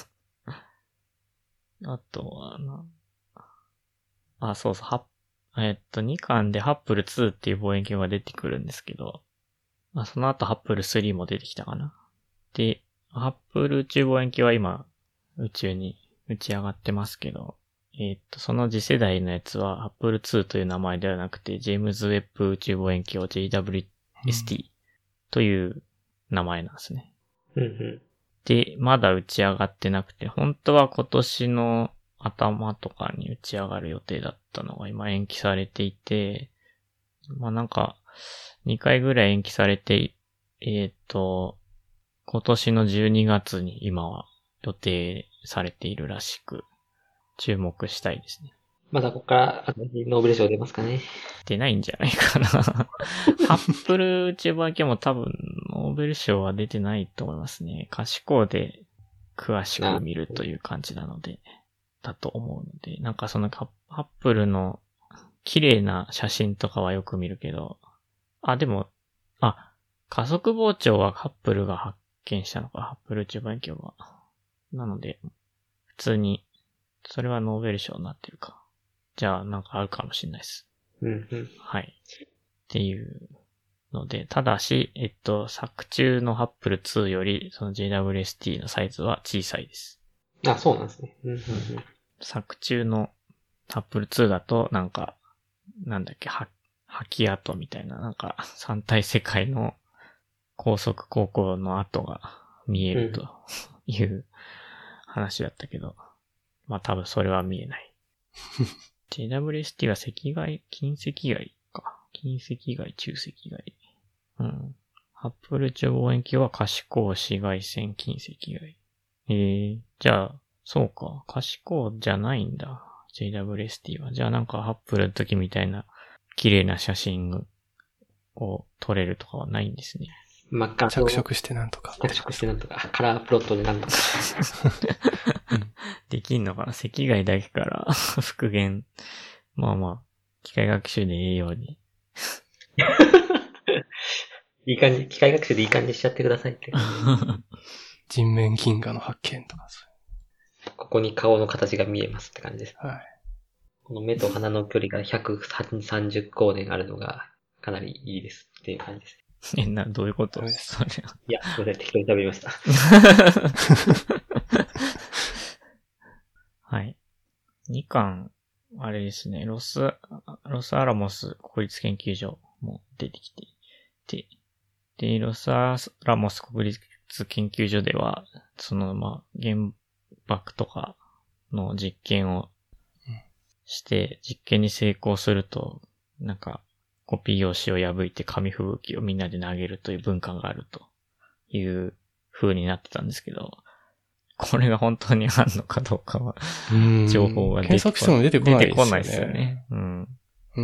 あとはな。あ、そうそう、は、えっと、にかんでハップルツーっていう望遠鏡が出てくるんですけど、まあ、その後ハップルスリーも出てきたかな。で、ハップル宇宙望遠鏡は今、宇宙に打ち上がってますけど、えっと、その次世代のやつは、ハップルツーという名前ではなくて、ジェームズ・ウェッブ宇宙望遠鏡 ジェイダブリューエスティー という名前なんですね。 うんうん、 で、まだ打ち上がってなくて、本当は今年の頭とかに打ち上がる予定だったのが今延期されていて、まあなんか、にかいぐらい延期されて、えっと、今年のじゅうにがつに今は予定されているらしく、注目したいですね。 まだここからノーベル賞出ますかね。 出ないんじゃないかな。ハッブル宇宙望遠鏡も多分ノーベル賞は出てないと思いますね。可視光で詳しく見るという感じなので、だと思うので、なんかそのハッブルの綺麗な写真とかはよく見るけど、あ、でも、あ、加速膨張はハッブルが発見したのか、ハッブル宇宙望遠鏡は。なので、普通に、それはノーベル賞になってるか。じゃあ、なんかあるかもしれないです。 うんうん。 はい。っていうので、ただし、えっと、作中のハッブルツーより、その ジェイダブリューエスティー のサイズは小さいです。 あ、そうなんですね。うんうんうん、 作中のハッブルツーだと、なんか、なんだっけ、は、吐き跡みたいな、なんか、三体世界の高速航行の跡が見えるという話だったけど、まあ多分それは見えない。ジェイダブリューエスティー は赤外、近赤外か。近赤外、中赤外。うん。ハッブル宇宙望遠鏡は可視光紫外線近赤外。えー、じゃあ、そうか。可視光じゃないんだ。 ジェイダブリューエスティー は。じゃあなんか、ハップルの時みたいな、綺麗な写真を撮れるとかはないんですね。 真っ赤。着色してなんとか。 着色してなんとか。カラープロットでなんとか。 できんのかな？赤外だけから復元。まあまあ、機械学習でいいように。 いい感じ、機械学習でいい感じしちゃってくださいって。 人面銀河の発見とかそう。 ここに顔の形が見えますって感じです。 はい。 この目と鼻の距離がひゃくさんじゅう光年あるのがかなりいいですっていう感じです。 え、な、どういうことそれは。 いや、すいません、適当に食べました。 はい。にかん、あれですね、ロス、ロスアラモス国立研究所も出てきていて、で、ロスアラモス国立研究所では、その、まあ、原爆とかの実験をして、実験に成功すると、なんか、コピー用紙を破いて紙吹雪をみんなで投げるという文化があるという風になってたんですけど、これが本当にあるのかどうかは、情報が出てこない。 検索しても出てこないですよね。 出てこないですよね。うん。 うん。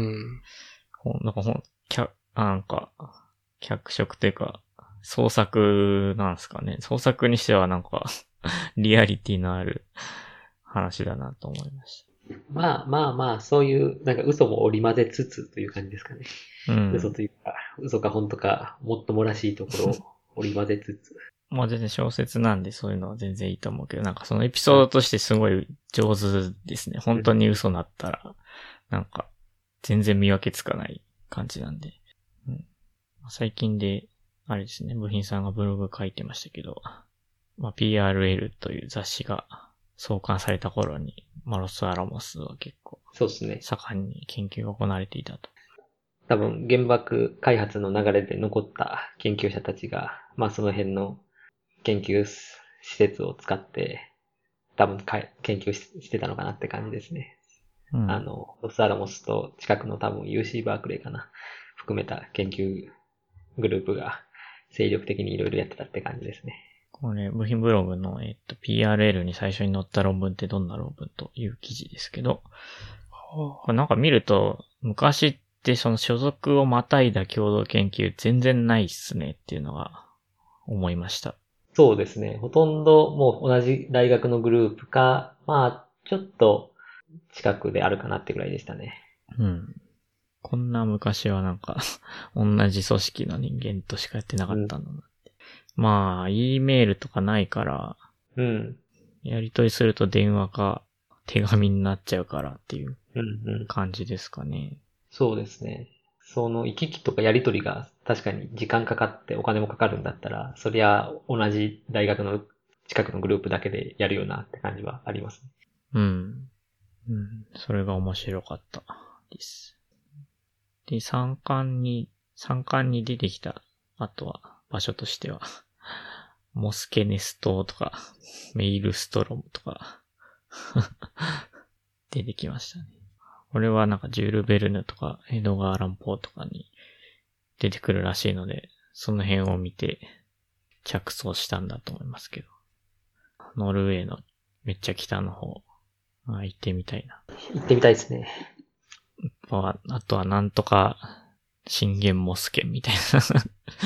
なんかほん、キャ、なんか、脚色というか、創作なんですかね。創作にしてはなんか、リアリティのある話だなと思いました。 まあまあまあ、そういう、なんか嘘も織り交ぜつつという感じですかね。うん、嘘というか、嘘か本当か、もっともらしいところを織り交ぜつつ。 まあ全然小説なんでそういうのは全然いいと思うけど、なんかそのエピソードとしてすごい上手ですね。本当に嘘だったら、なんか全然見分けつかない感じなんで。うん、最近で、あれですね、部品さんがブログ書いてましたけど、まあ ピーアールエル という雑誌が創刊された頃に、まあロスアラモスは結構、 そうですね。 盛んに研究が行われていたと。 多分原爆開発の流れで残った研究者たちが、まあその辺の研究施設を使って、多分か研究 し, してたのかなって感じですね。うん、あの、ロスアラモスと近くの多分 ユーシー バークレーかな。含めた研究グループが精力的にいろいろやってたって感じですね。 これ、部品ブログの、えっと、ピーアールエル に最初に載った論文ってどんな論文という記事ですけど、これなんか見ると、昔ってその所属をまたいだ共同研究全然ないっすねっていうのが思いました。 そうですね。ほとんどもう同じ大学のグループか、まあ、ちょっと近くであるかなってぐらいでしたね。 うん。こんな昔はなんか、同じ組織の人間としかやってなかったんだなって。うん、まあ、E メールとかないから、 うん。 やり取りすると電話か手紙になっちゃうからっていう感じですかね。 うんうん、そうですね。その行き来とかやり取りが確かに時間かかってお金もかかるんだったら、そりゃ同じ大学の近くのグループだけでやるよなって感じはありますね。 うん。うん。それが面白かったです。で、三巻に、三巻に出てきた、あとは場所としては、モスケネス島とか、メイルストロムとか、出てきましたね。これはなんかジュール・ベルヌとかエドガー・ランポーとかに出てくるらしいので、その辺を見て着想したんだと思いますけど。ノルウェーのめっちゃ北の方、あ、行ってみたいな。 行ってみたいですね。 あ, あとはなんとか信玄モスケみたいな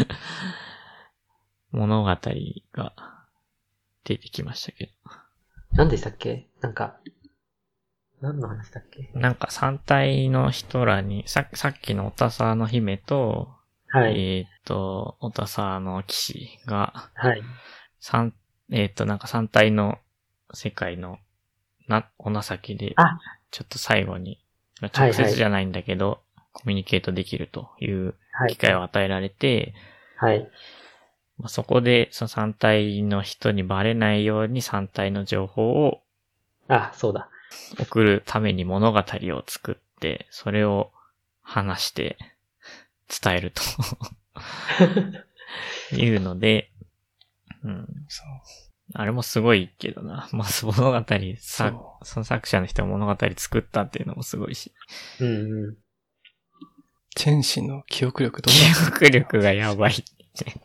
物語が出てきましたけど。 何でしたっけ？なんか、何の話だっけ？ なんか三体の人らに、さ, さっきのオタサーの姫と、 はい、 えっ、ー、と、オタサーの騎士が、 はい。 三、えっ、ー、と、なんか三体の世界の、な、お情けで、ちょっと最後に、直接じゃないんだけど、はいはい、コミュニケートできるという機会を与えられて、 はい。はい、 まあ、そこで、その三体の人にバレないように三体の情報を、 あ、そうだ。 送るために物語を作って、それを話して伝えるというので、うん、 そうあれもすごいけどな。まあ、物語さ、その作者の人が物語作ったっていうのもすごいし。 うんうん。 チェンシンの記憶力どうな記憶力がやばい。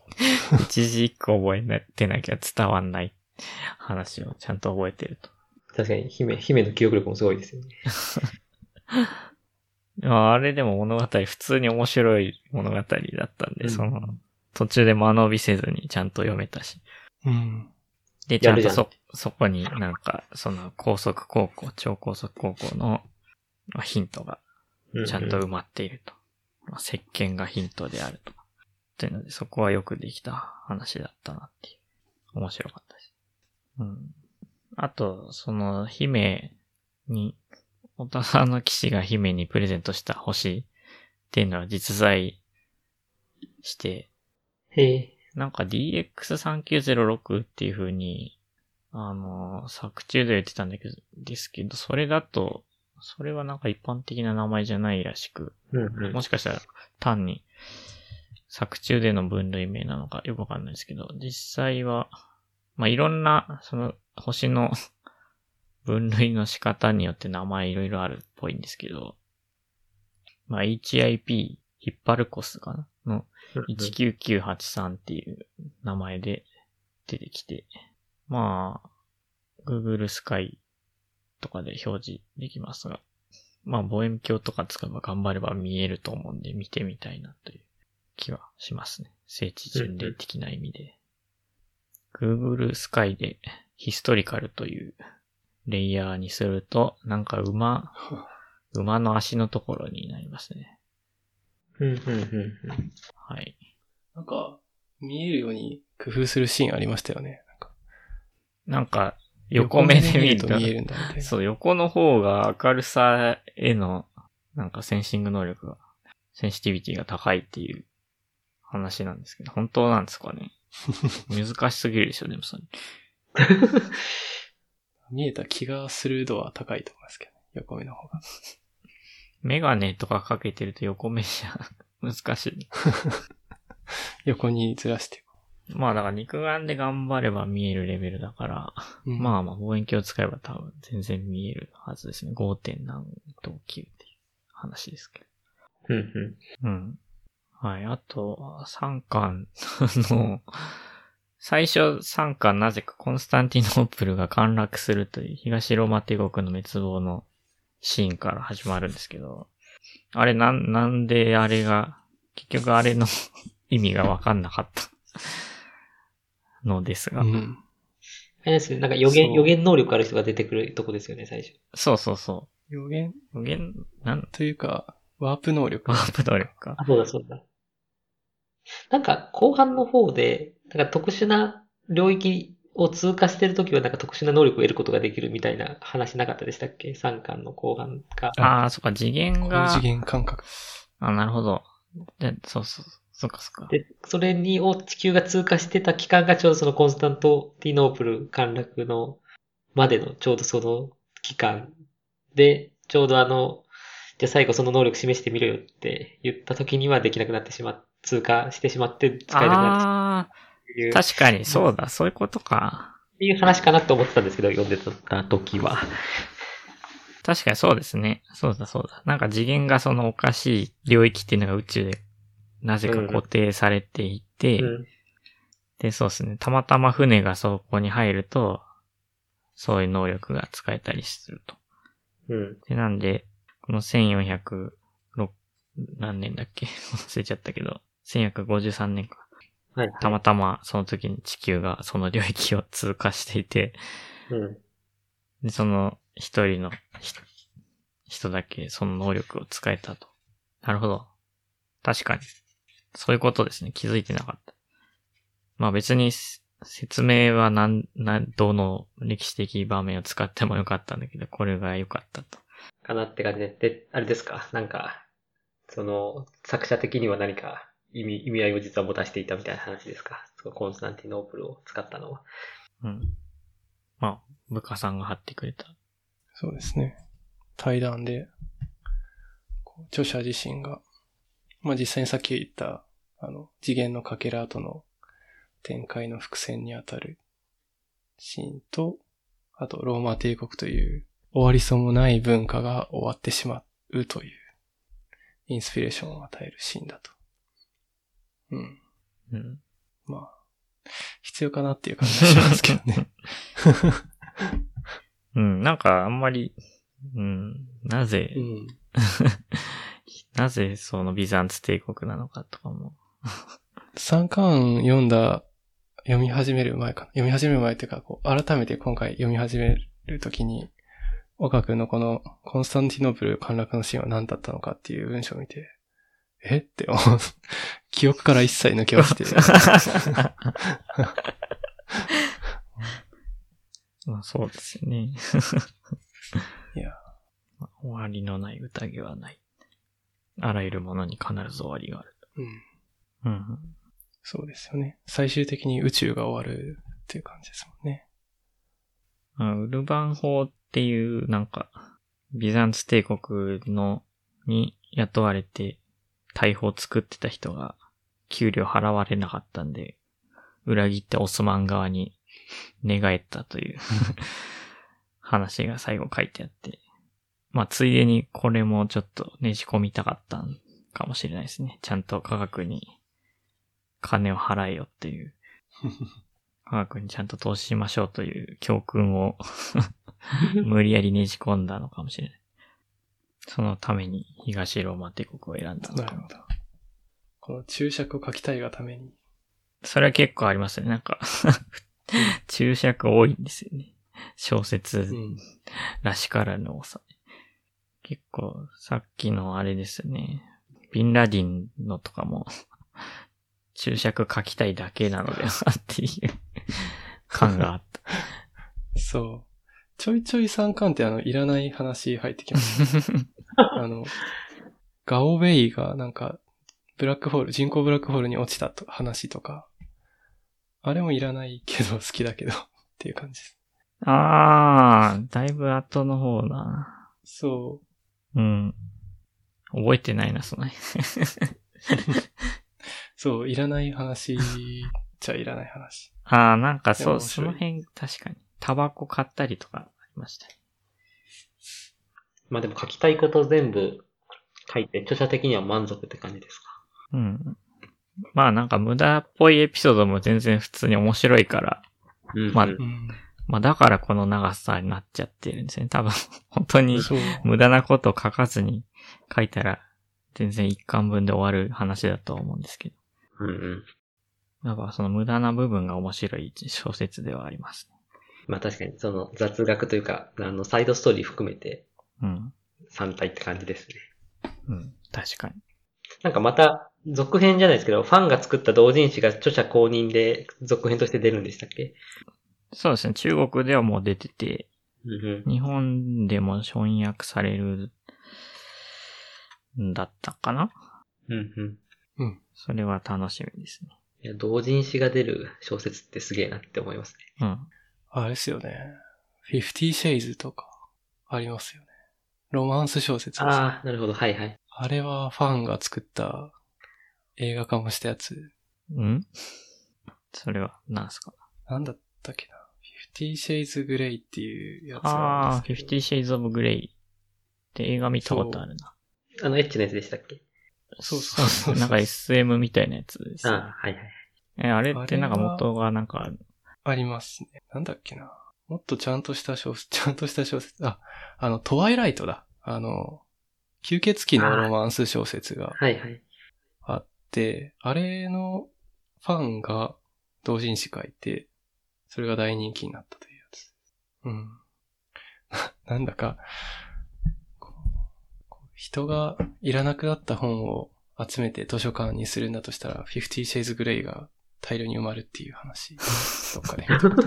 一字一個覚えてなきゃ伝わんない話をちゃんと覚えてると。 確かに姫、姫の記憶力もすごいですよね。 あれでも物語、普通に面白い物語だったんで、うん、その、途中で間延びせずにちゃんと読めたし。 うん。 で、ちゃんとそ、そこになんか、その高速高校、超高速高校のヒントがちゃんと埋まっていると。うんうん、石鹸がヒントであると。というので、そこはよくできた話だったなっていう。面白かったし。うん。あと、その、姫に、おたさんの騎士が姫にプレゼントした星っていうのは実在して、 へえ。 なんか ディーエックスさんきゅうゼロろく っていう風に、あの、作中で言ってたんだけど、ですけど、それだと、それはなんか一般的な名前じゃないらしく、 うんうん、 もしかしたら単に作中での分類名なのかよくわかんないですけど、実際は、まあ、いろんな、その、星の分類の仕方によって名前いろいろあるっぽいんですけど、まあ、エイチアイピー、ヒッパルコスかなのいちきゅうきゅうはちさんっていう名前で出てきて、まあ、Google スカイとかで表示できますが、まあ、望遠鏡とか使えば頑張れば見えると思うんで見てみたいなという気はしますね。聖地巡礼的な意味で。Google スカイでヒストリカルというレイヤーにすると、なんか馬、馬の足のところになりますね。 うんうんうんうん。 はい。 なんか、見えるように工夫するシーンありましたよね。なんか、 なんか横目で見ると見えるんだみたいな。 そう、横の方が明るさへの、なんかセンシング能力が、センシティビティが高いっていう話なんですけど、本当なんですかね。難しすぎるでしょ、でもそれ。 見えた気がする度は高いと思いますけど、ね、横目の方が。 メガネとかかけてると横目じゃ難しい。 横にずらしてまあだから肉眼で頑張れば見えるレベルだから、うん、まあまあ望遠鏡を使えば多分全然見えるはずですね。ご. 点何ときゅうっていう話ですけど。 うんうん。 うん。はい。あと、さんかんの、最初さんかんなぜかコンスタンティノープルが陥落するという東ローマ帝国の滅亡のシーンから始まるんですけど、あれなん、なんであれが、結局あれの意味がわかんなかったのですが。 うん。あれですね、なんか予言、予言能力ある人が出てくるとこですよね、最初。 そうそうそう。 予言予言、なんというか、ワープ能力。 ワープ能力か。 あ、そうだそうだ。なんか後半の方で、なんか特殊な領域を通過してるときはなんか特殊な能力を得ることができるみたいな話なかったでしたっけ？さんかんの後半か。 ああ、そっか、次元が。 高次元感覚。 あ、なるほど。で、そうそう、そっかそっか。 で、それにを地球が通過してた期間がちょうどそのコンスタントティノープル陥落のまでのちょうどその期間で、ちょうどあの、じゃあ最後その能力示してみろよって言った時にはできなくなってしまっ、通過してしまって使えなくなってしまうっていう。 確かに、そうだ、そういうことか。 っていう話かなと思ってたんですけど、読んでた時は。 確かにそうですね。そうだそうだ。なんか次元がそのおかしい領域っていうのが宇宙でなぜか固定されていて、うんうん、で、そうですね。たまたま船がそこに入ると、そういう能力が使えたりすると。 うん。 で、なんで、このせんよんひゃくろく、何年だっけ忘れちゃったけど、せんよんひゃくごじゅうさんねんか。 はいはい、 たまたまその時に地球がその領域を通過していて、 うん、 で、その一人の人だけその能力を使えたと。なるほど。確かに。そういうことですね。気づいてなかった。まあ別に説明はなん、なん、どの歴史的場面を使ってもよかったんだけど、これが良かったと。 かなって感じで、で、あれですか、なんか、その、作者的には何か意味、意味合いを実は持たせていたみたいな話ですか、そのコンスタンティノープルを使ったのは。 うん。まあ、部下さんが貼ってくれた。 そうですね。対談で、著者自身が、まあ実際にさっき言った、あの、次元のかけらとの展開の伏線にあたるシーンと、あとローマ帝国という終わりそうもない文化が終わってしまうというインスピレーションを与えるシーンだと。うん。 うん。 まあ、必要かなっていう感じがしますけどね。 ううん、なんかあんまり、うん、なぜ、 うん。 なぜそのビザンツ帝国なのかとかも。 三巻読んだ、読み始める前かな。読み始める前っていうか、こう、改めて今回読み始めるときに、岡君のこのコンスタンティノープル陥落のシーンは何だったのかっていう文章を見て、えって思う。記憶から一切抜け落ちてる。 まあそうですよね。 いや、 まあ、終わりのない宴はない。あらゆるものに必ず終わりがある。 うん。 うん。 そうですよね。最終的に宇宙が終わるっていう感じですもんね。 あ、ウルバン法っていうなんか、ビザンツ帝国のに雇われて大砲を作ってた人が給料払われなかったんで、裏切ってオスマン側に寝返ったという話が最後書いてあって、まあついでにこれもちょっとねじ込みたかったんかもしれないですね。ちゃんと科学に金を払えよっていう。科学にちゃんと投資しましょうという教訓を無理やりねじ込んだのかもしれない。そのために東ローマ帝国を選んだのかも。 なるほど。この注釈を書きたいがために。 それは結構ありますよね。なんか注釈多いんですよね。小説らしからぬ多さ。結構さっきのあれですよね。ビンラディンのとかも注釈書きたいだけなのではっていう感があった。 そう。ちょいちょい三巻ってあの、いらない話入ってきます、ね。あの、ガオベイがなんか、ブラックホール、人工ブラックホールに落ちたと話とか、あれもいらないけど好きだけどっていう感じです。 あー、だいぶ後の方だ。 そう。 うん。覚えてないな、そのそう、いらない話じゃいらない話。 あー、なんかそう、その辺確かに。タバコ買ったりとかありましたね。 まあでも書きたいこと全部書いて、著者的には満足って感じですか？ うん。まあなんか無駄っぽいエピソードも全然普通に面白いから、 うんうん、 まあ、まあだからこの長さになっちゃってるんですね。多分本当に無駄なことを書かずに書いたら全然一巻分で終わる話だと思うんですけど。 うんうん。 だからその無駄な部分が面白い小説ではありますね。 まあ確かにその雑学というか、あのサイドストーリー含めて、うん。さん体って感じですね。 うん、確かに。 なんかまた続編じゃないですけど、ファンが作った同人誌が著者公認で続編として出るんでしたっけ？ そうですね。中国ではもう出てて、 うんうん、 日本でも翻訳されるんだったかな？ うんうん。 うん。 それは楽しみですね。 いや、同人誌が出る小説ってすげえなって思いますね。うん。 あれですよね。フィフティシェイズとかありますよね。ロマンス小説です、ね。 ああ、なるほど。はいはい。 あれはファンが作った映画化もしたやつ。 ん？それは何すか？ なんだったっけな。フィフティシェイズグレイっていうやつがああ、フィフティシェイズオブグレイって映画見たことあるな。 あのエッチなやつでしたっけ？ そうそうそう。 なんか エスエム みたいなやつです、 ね。ああ、はいはい。 え、あれってなんか元がなんかある？ ありますね。なんだっけな。もっとちゃんとした小説、ちゃんとした小説。あ、あの、トワイライトだ。あの、吸血鬼のロマンス小説がはいはい。 あって、あれのファンが同人誌書いて、それが大人気になったというやつ。うん。なんだか、人がいらなくなった本を集めて図書館にするんだとしたら、フィフティシェイズグレイが大量に埋まるっていう話。どっかで見た。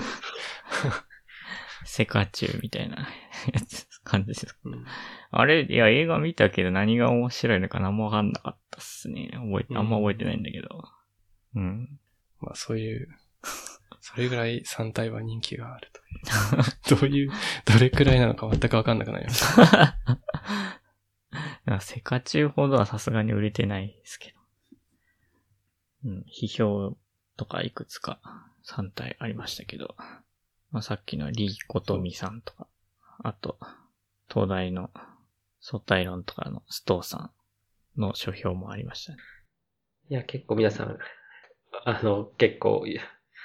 セカチュウみたいなやつ感じですか、 うん、 あれ、いや映画見たけど何が面白いのか何もわかんなかったっすね。覚えて、あんま覚えてないんだけど。うん。うん、 まあそういう、それぐらいさん体は人気があるという。どういう、どれくらいなのか全くわかんなくなりました。 セカチュウほどはさすがに売れてないですけど。うん。批評とかいくつかさん体ありましたけど。まあ、さっきのリーコトミさんとか、あと、東大の相対論とかのストーさんの書評もありましたね。 いや、結構皆さん、あの、結構、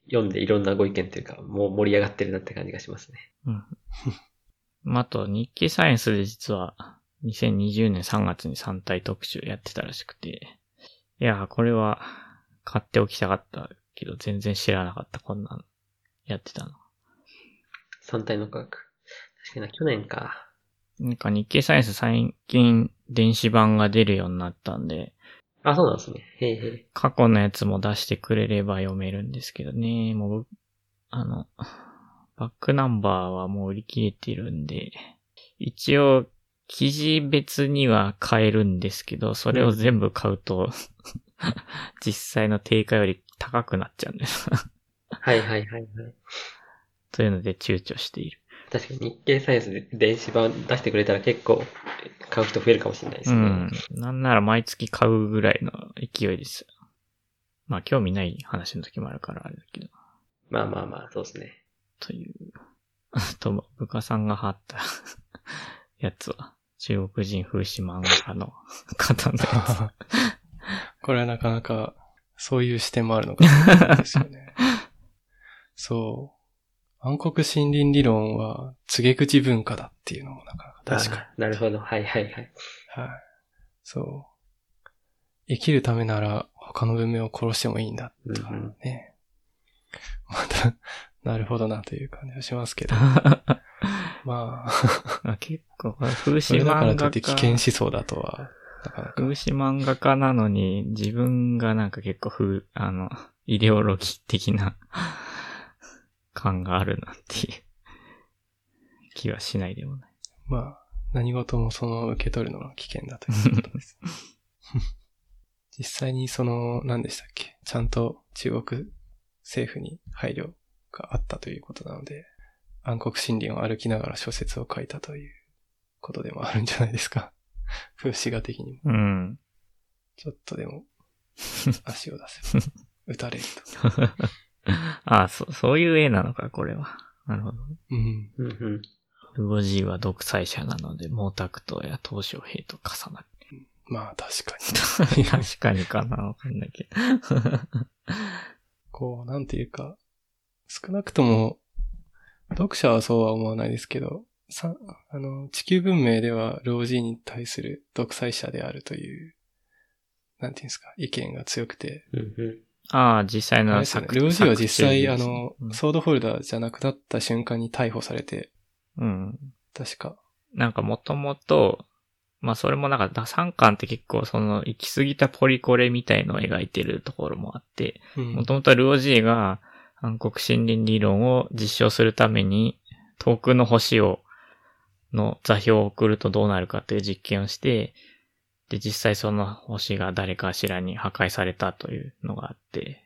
読んでいろんなご意見というか、もう盛り上がってるなって感じがしますね。 うん。まあ、あと、日経サイエンスで実は、にせんにじゅうねんさんがつにさん体特集やってたらしくて、いや、これは買っておきたかったけど、全然知らなかった、こんなのやってたの。 さん体の科学。確かに去年か。 なんか日経サイエンス最近電子版が出るようになったんで、 あ、そうなんですね。へえへえ。 過去のやつも出してくれれば読めるんですけどね、もう、あの、バックナンバーはもう売り切れてるんで、一応、記事別には買えるんですけど、それを全部買うと、実際の定価より高くなっちゃうんです。 はいはいはいはい。 というので躊躇している。 確かに日経サイエンスで電子版出してくれたら結構買う人増えるかもしれないですね。 うん。なんなら毎月買うぐらいの勢いです。まあ興味ない話の時もあるからあれだけど。 まあまあまあ、そうですね。 という。と、部下さんが貼ったやつは、中国人風刺漫画家の方のやつ。 これはなかなか、そういう視点もあるのかもですよね。そう。暗黒森林理論は告げ口文化だっていうのもなかなか確かに。なるほど。はいはいはい。 はい。そう。生きるためなら他の文明を殺してもいいんだとかね。うんうん、また、なるほどなという感じはしますけど。まあ。 結構、風刺漫画家。 だからといって危険思想だとは、なかなか。 風刺漫画家なのに、自分がなんか結構風、あの、イデオロギー的な感があるなっていう気はしないでもない。 まあ、何事もその受け取るのが危険だということです。実際にその、何でしたっけ？ちゃんと中国政府に配慮があったということなので、暗黒森林を歩きながら小説を書いたということでもあるんじゃないですか。風刺画的にも。 うん。 ちょっとでも、足を出せば、撃たれると。 ああ、そ、そういう絵なのか、これは。なるほど。 うん。 うんうん。 ルゴジーは独裁者なので、毛沢東や鄧小平と重なる。 まあ、確かに。確かにかな、わかんないけど。 こう、なんていうか、少なくとも、読者はそうは思わないですけど、さ、あの、地球文明ではルオジーに対する独裁者であるという、なんていうんですか、意見が強くて。 うんうん、 ああ、実際の作中。ルオジーは実際、あの、うん、ソードホルダーじゃなくなった瞬間に逮捕されて。 うん。 確か。 なんかもともと、まあそれもなんかさんかんって結構その行き過ぎたポリコレみたいのを描いてるところもあって、もともとルオジーが暗黒森林理論を実証するために遠くの星を、の座標を送るとどうなるかという実験をして、で実際その星が誰かしらに破壊されたというのがあって、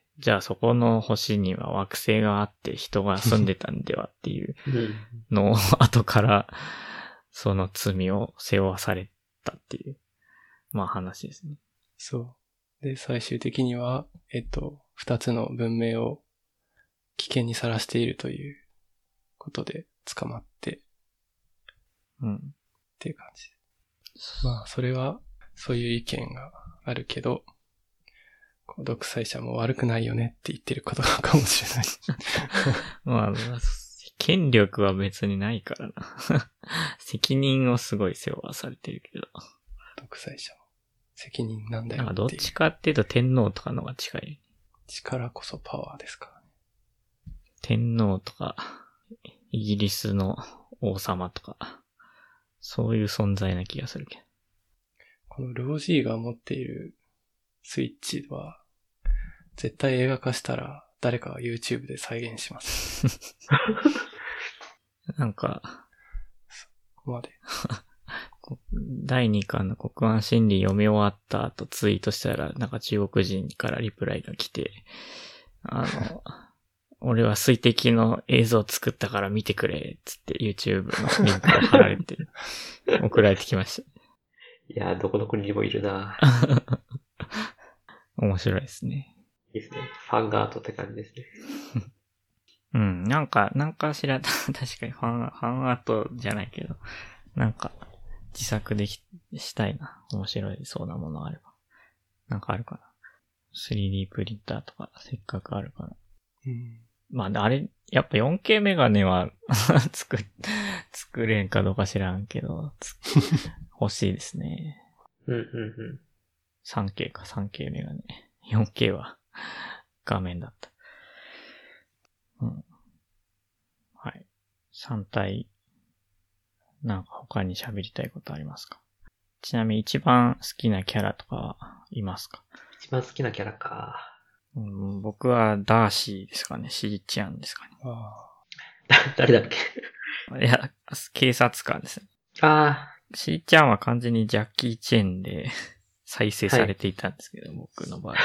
じゃあそこの星には惑星があって人が住んでたんではっていうのを後からその罪を背負わされたっていう、まあ話ですね。 そう。で、最終的には、えっと、二つの文明を危険にさらしているということで捕まって、 うん。 っていう感じ。まあ、それは、そういう意見があるけど、独裁者も悪くないよねって言ってることかもしれない。 まあ、権力は別にないからな。責任をすごい背負わされてるけど。 独裁者も責任なんだよっていう。どっちかっていうと天皇とかのが近い。 力こそパワーですからね。 天皇とか、イギリスの王様とか、そういう存在な気がするけど。 このルオジーが持っているスイッチは、絶対映画化したら誰かが YouTube で再現します。 なんか、 そこまで。 だいにかんの国安心理読み終わった後ツイートしたら、なんか中国人からリプライが来て、あの、俺は水滴の映像を作ったから見てくれ、つって YouTube のリンクが貼られて、送られてきました。 いやー、どこの国にもいるな面白いですね。 いいですね。ファンアートって感じですね。 うん、なんか、なんかしら、確かにファン、ファンアートじゃないけど、なんか、自作でき、したいな。面白いそうなものあれば。なんかあるかな。スリーディー プリンターとか、せっかくあるから。 うん。 まあ、あれ、やっぱ よんケー メガネは作、作れんかどうか知らんけど、欲しいですね。 うんうんうん。 スリーケー か、スリーケー メガネ。よんケー は画面だった。うん。はい。さん体、なんか他に喋りたいことありますか？ちなみに一番好きなキャラとかはいますか？ 一番好きなキャラか。 うん、僕はダーシーですかね。シーチアンですかね。 あ誰だっけ？ いや、警察官ですね。 あシーチャンは完全にジャッキー・チェンで再生されていたんですけど、はい、僕の場合。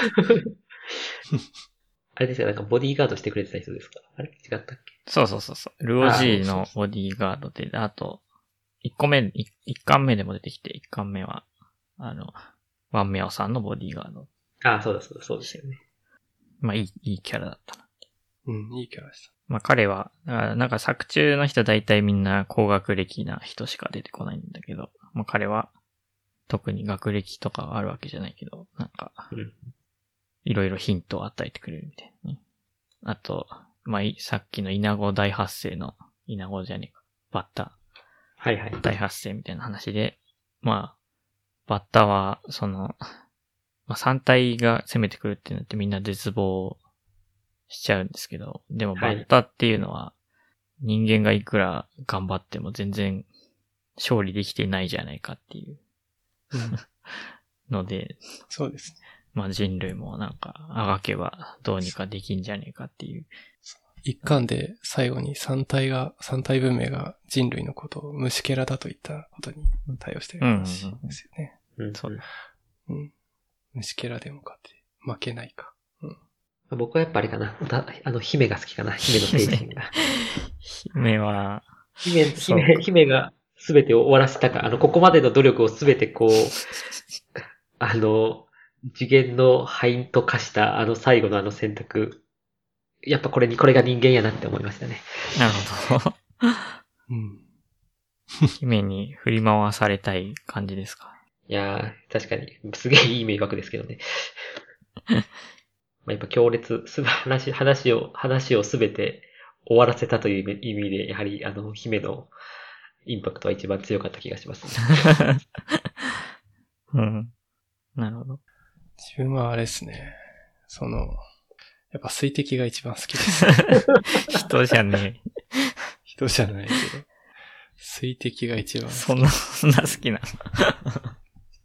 あれですよ、なんかボディーガードしてくれてた人ですか？あれ違ったっけ？ そうそうそうそう。ルオジーのボディーガードで、あと、いっこめ、いっかんめでも出てきて、いっかんめは、あの、ワンメオさんのボディーガード。 ああ、そうだそうだ、そうですよね。 まあ、いい、いいキャラだったな。 うん、いいキャラでした。 まあ、彼は、なんか作中の人大体みんな高学歴な人しか出てこないんだけど、まあ、彼は、特に学歴とかあるわけじゃないけど、なんか、いろいろヒントを与えてくれるみたいなね。あと、まあ、さっきのイナゴ大発生の、イナゴじゃねえか、バッター。 はいはい。 大発生みたいな話で、まあ、バッタは、その、まあ、さん体が攻めてくるってなってみんな絶望しちゃうんですけど、でもバッタっていうのは、人間がいくら頑張っても全然勝利できてないじゃないかっていう、うん、ので、 そうですね。 まあ人類もなんか、あがけばどうにかできんじゃねえかっていう。 一巻で最後に三体が、三体文明が人類のことを虫けらだといったことに対応してる話ですよね。 うんうんうん、そう。 うん。虫けらでも勝て、負けないか。うん。 僕はやっぱりかな。あの、姫が好きかな。姫の精神が。 姫は、 姫、姫、姫が全てを終わらせたか。あの、ここまでの努力を全てこう、あの、次元の灰と化したあの最後のあの選択。やっぱこれに、これが人間やなって思いましたね。 なるほど。 うん。 姫に振り回されたい感じですか？ いやー、確かに、すげえいい迷惑ですけどね。まあやっぱ強烈、すべ、話、話を、話をすべて終わらせたという意味で、やはり、あの、姫のインパクトは一番強かった気がしますね。 うん。なるほど。 自分はあれですね。その、やっぱ水滴が一番好きです。 人じゃねえ。 人じゃないけど。水滴が一番好き。 そんな、そんな好きなの。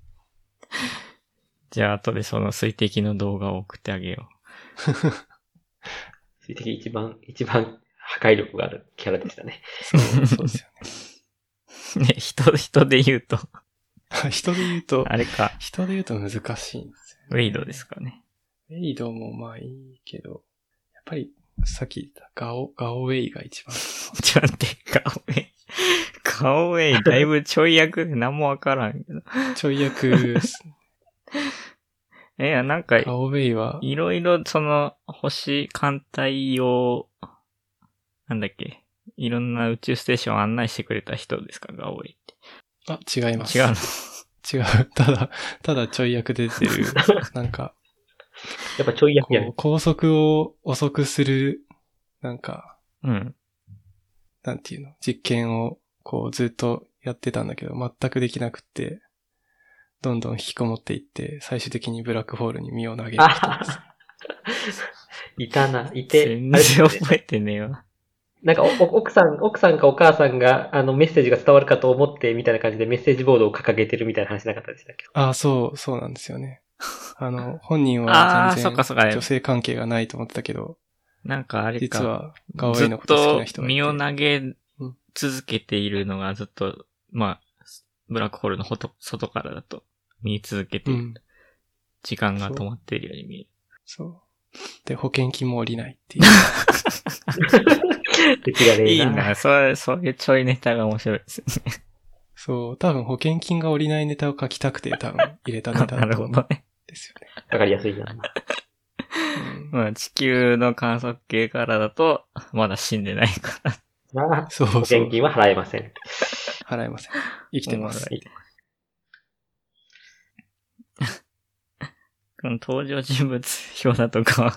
じゃあ後でその水滴の動画を送ってあげよう。 水滴一番、一番破壊力があるキャラでしたね。 そう、そうですよね。 ね、人、人で言うと。 人で言うと、 あれか。 人で言うと難しいんですよ、 ね。ウェイドですかね。 ウェイドもまあいいけど、やっぱりさっき言ったガオ、ガオウェイが一番。 ちょっと待って、ガオウェイ。ガオウェイだいぶちょい役で何もわからんけど。 ちょい役ですね。 いや、なんか、 ガオウェイは、 いろいろその、星艦隊を、なんだっけ、いろんな宇宙ステーションを案内してくれた人ですか、ガオウェイって。 あ、違います。 違うの違う。ただ、ただちょい役出てる、なんか、 やっぱちょい役やね。 高速を遅くする、なんか、 うん。 なんていうの、実験を、こうずっとやってたんだけど、全くできなくって、どんどん引きこもっていって、最終的にブラックホールに身を投げる人です。 いたな、いて。 全然覚えてねえわ。 なんかお、奥さん、奥さんかお母さんが、あの、メッセージが伝わるかと思って、みたいな感じでメッセージボードを掲げてるみたいな話なかったでしたっけ？ ああ、そう、そうなんですよね。あの、本人は全然女性関係がないと思ってたけど、 なんかあれか、 実はガオウェイのこと好きな人がいて。 ずっと身を投げ続けているのがずっと、まあ、ブラックホールの外からだと見え続けている、うん。時間が止まっているように見える。 そう。で、保険金も降りないっていう。 いいな、そう、そういうちょいネタが面白いですね。 そう、多分保険金が降りないネタを書きたくて多分入れたネタだと思うんですよね。 わかりやすいな。 うん、まあ地球の観測系からだと、まだ死んでないから。 まあ、そうそう。保険金は払えません。 払えません。生きてます。 この登場人物表だとか、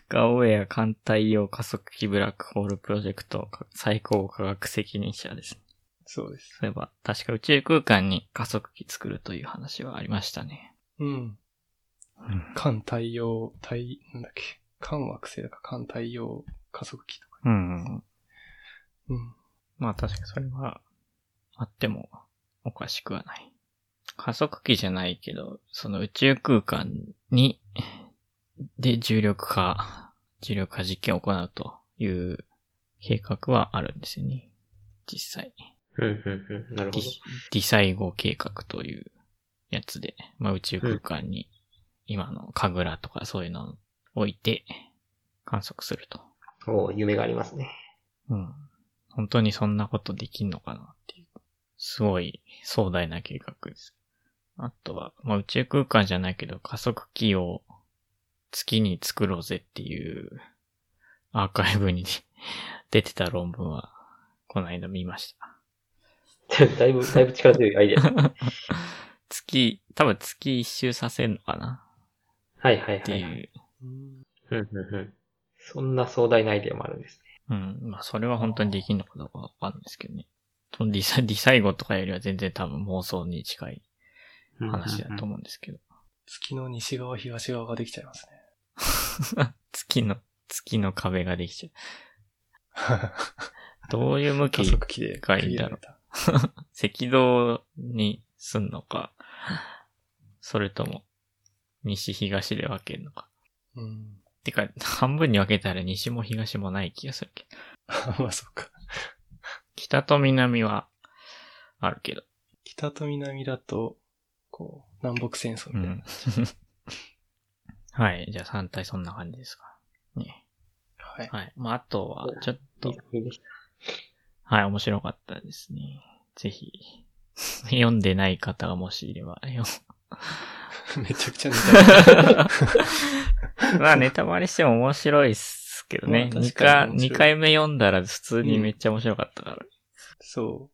ガオウェア環太陽加速器ブラックホールプロジェクト最高科学責任者ですね。 そうです。 そういえば、確か宇宙空間に加速器作るという話はありましたね。 うん。環太陽、太、なんだっけ。環惑星だか環太陽加速器とか。 うん。 うん。 まあ確かにそれはあってもおかしくはない。加速器じゃないけど、その宇宙空間に、で重力化、重力化実験を行うという計画はあるんですよね。実際。 うんうんうん。なるほど。 ディサイゴ計画というやつで、まあ宇宙空間に今の神楽とかそういうのを置いて観測すると。 おー、夢がありますね。 うん。本当にそんなことできんのかなっていう。すごい壮大な計画です。あとは、まあ宇宙空間じゃないけど加速器を月に作ろうぜっていうアーカイブに出てた論文はこの間見ました。 だいぶ、だいぶ力強いアイデア。 月、多分月一周させるのかなはいはいはい。 っていう。 うんうんうん。そんな壮大なアイデアもあるんですね。うん。まあそれは本当にできるのかどうかわかんないですけどね。そのディサ、ディサイゴとかよりは全然多分妄想に近い話だと思うんですけど。 うんうんうん、月の西側東側ができちゃいますね。月の、月の壁ができちゃう。どういう向きがいいんだろう。赤道にすんのか、それとも西東で分けるのか。 うん。 てか、半分に分けたら西も東もない気がするけど。まあそっか。 北と南はあるけど。 北と南だと、こう、南北戦争みたいな、うん。 はい。じゃあさん体そんな感じですか。ね。 はい。 はい。まああとは、ちょっと。 いいでした。 はい、面白かったですね。ぜひ、読んでない方がもしいれば、 めちゃくちゃネタバレ。 まあネタバレしても面白いっすけどね。まあ、にかい、にかいめ読んだら普通にめっちゃ面白かったから。うん、 そう。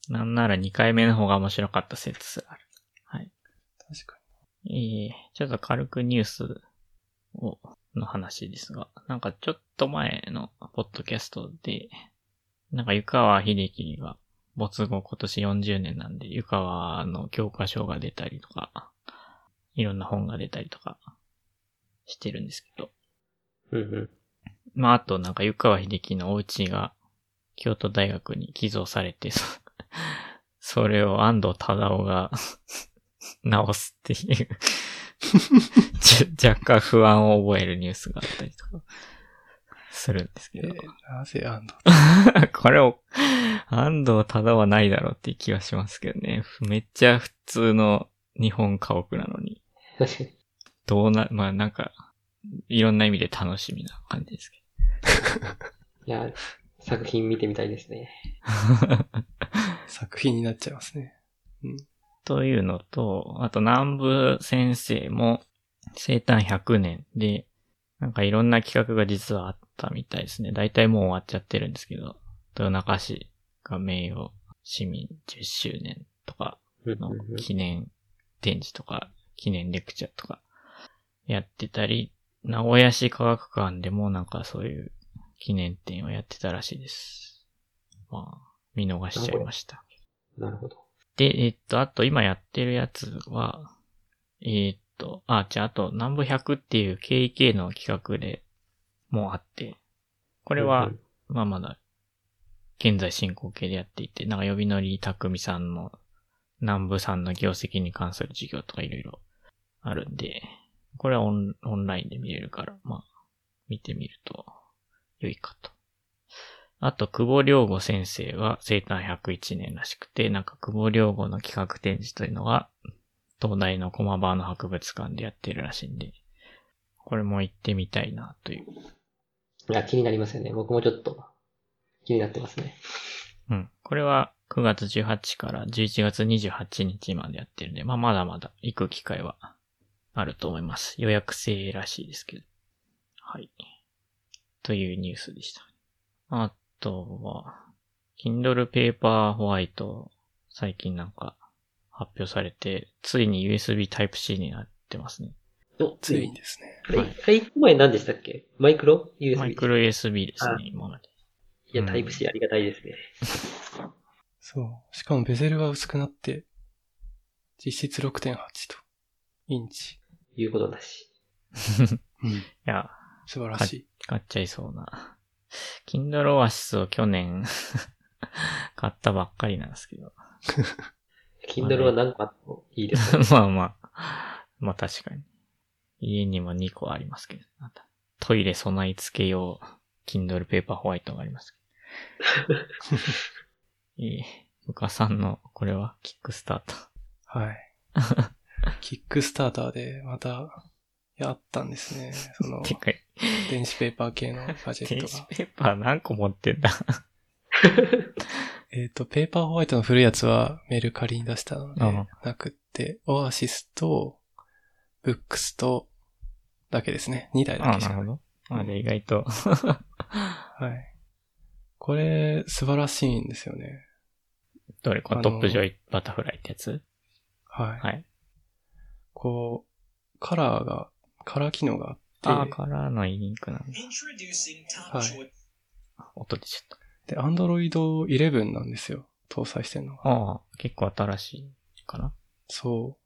なんならにかいめの方が面白かった説すらある。はい。 確かに。ええー、ちょっと軽くニュースを、の話ですが、なんかちょっと前のポッドキャストで、なんか湯川秀樹が没後今年よんじゅうねんなんで、湯川の教科書が出たりとか、いろんな本が出たりとかしてるんですけど。 うんうん。 まああとなんか湯川秀樹のお家が京都大学に寄贈されて、それを安藤忠雄が直すっていう若干不安を覚えるニュースがあったりとか。するんですけど。 えー、なぜ安藤これを、安藤忠はないだろうっていう気はしますけどね。めっちゃ普通の日本家屋なのに。どうな、まあなんか、いろんな意味で楽しみな感じですけど。いや、作品見てみたいですね。 作品になっちゃいますね。うん。 というのと、あと南部先生も生誕ひゃくねんで、なんかいろんな企画が実はあったみたいですね。だいたいもう終わっちゃってるんですけど、豊中市が名誉市民じゅっしゅうねんとかの記念展示とか、記念レクチャーとかやってたり、名古屋市科学館でもなんかそういう記念展をやってたらしいです。まあ、見逃しちゃいました。 なるほど。 で、えっと、あと今やってるやつは、えー、っと、あ、じゃあ、あと、南部ひゃくっていう ケーイーケー の企画でもあって、これは、うんうん、まあまだ、現在進行形でやっていて、なんか、呼び乗りたくみさんの南部さんの業績に関する授業とかいろいろあるんで、これはオン、オンラインで見れるから、まあ、見てみると良いかと。あと、久保良吾先生は生誕ひゃくいちねんらしくて、なんか久保良吾の企画展示というのが、東大の駒場の博物館でやってるらしいんで、これも行ってみたいなという。 いや、気になりますよね。僕もちょっと気になってますね。 うん。これはくがつじゅうはちからじゅういちがつにじゅうはちにちまでやってるんで、まあまだまだ行く機会はあると思います。予約制らしいですけど。はい。というニュースでした。あとは、Kindle Paper White 最近なんか発表されて、ついに ユーエスビー Type-C になってますね。 お、 ついにですね。 あれ、はい、あれ一個前何でしたっけ？マイクロ ユーエスビー？ マイクロ ユーエスビー ですね、今まで。 いや、タイプ C ありがたいですね。 そう。しかもベゼルが薄くなって、実質 ろくてんはち と、インチ。 いうことだし。 うん。いや、 素晴らしい。 買っちゃいそうな。Kindle Oasis を去年買ったばっかりなんですけど。 Kindle は何個あってもいいですね。 まあまあ。まあ確かに。家にもにこありますけど。トイレ備え付け用、Kindle Paperwhite がありますけど。いい。うかさんの、これは、キックスターター。 はい。キックスターターで、また、やったんですね。その、電子ペーパー系のガジェットが。 電子ペーパー何個持ってんだえっと、ペーパーホワイトの古いやつはメルカリに出したので、なくって、オアシスと、ブックスと、だけですね。にだいだけしかない。 あ、なるほど。あれ意外と。 はい。これ、素晴らしいんですよね。 どれこのトップジョイバタフライってやつ？ はい。 はい。 こう、カラーが、カラー機能があって。 ああ、カラーのインクなんだ。 はい。 音出ちゃった。 で、アンドロイドイレブンなんですよ。搭載してるのが。 ああ、結構新しいかな。 そう。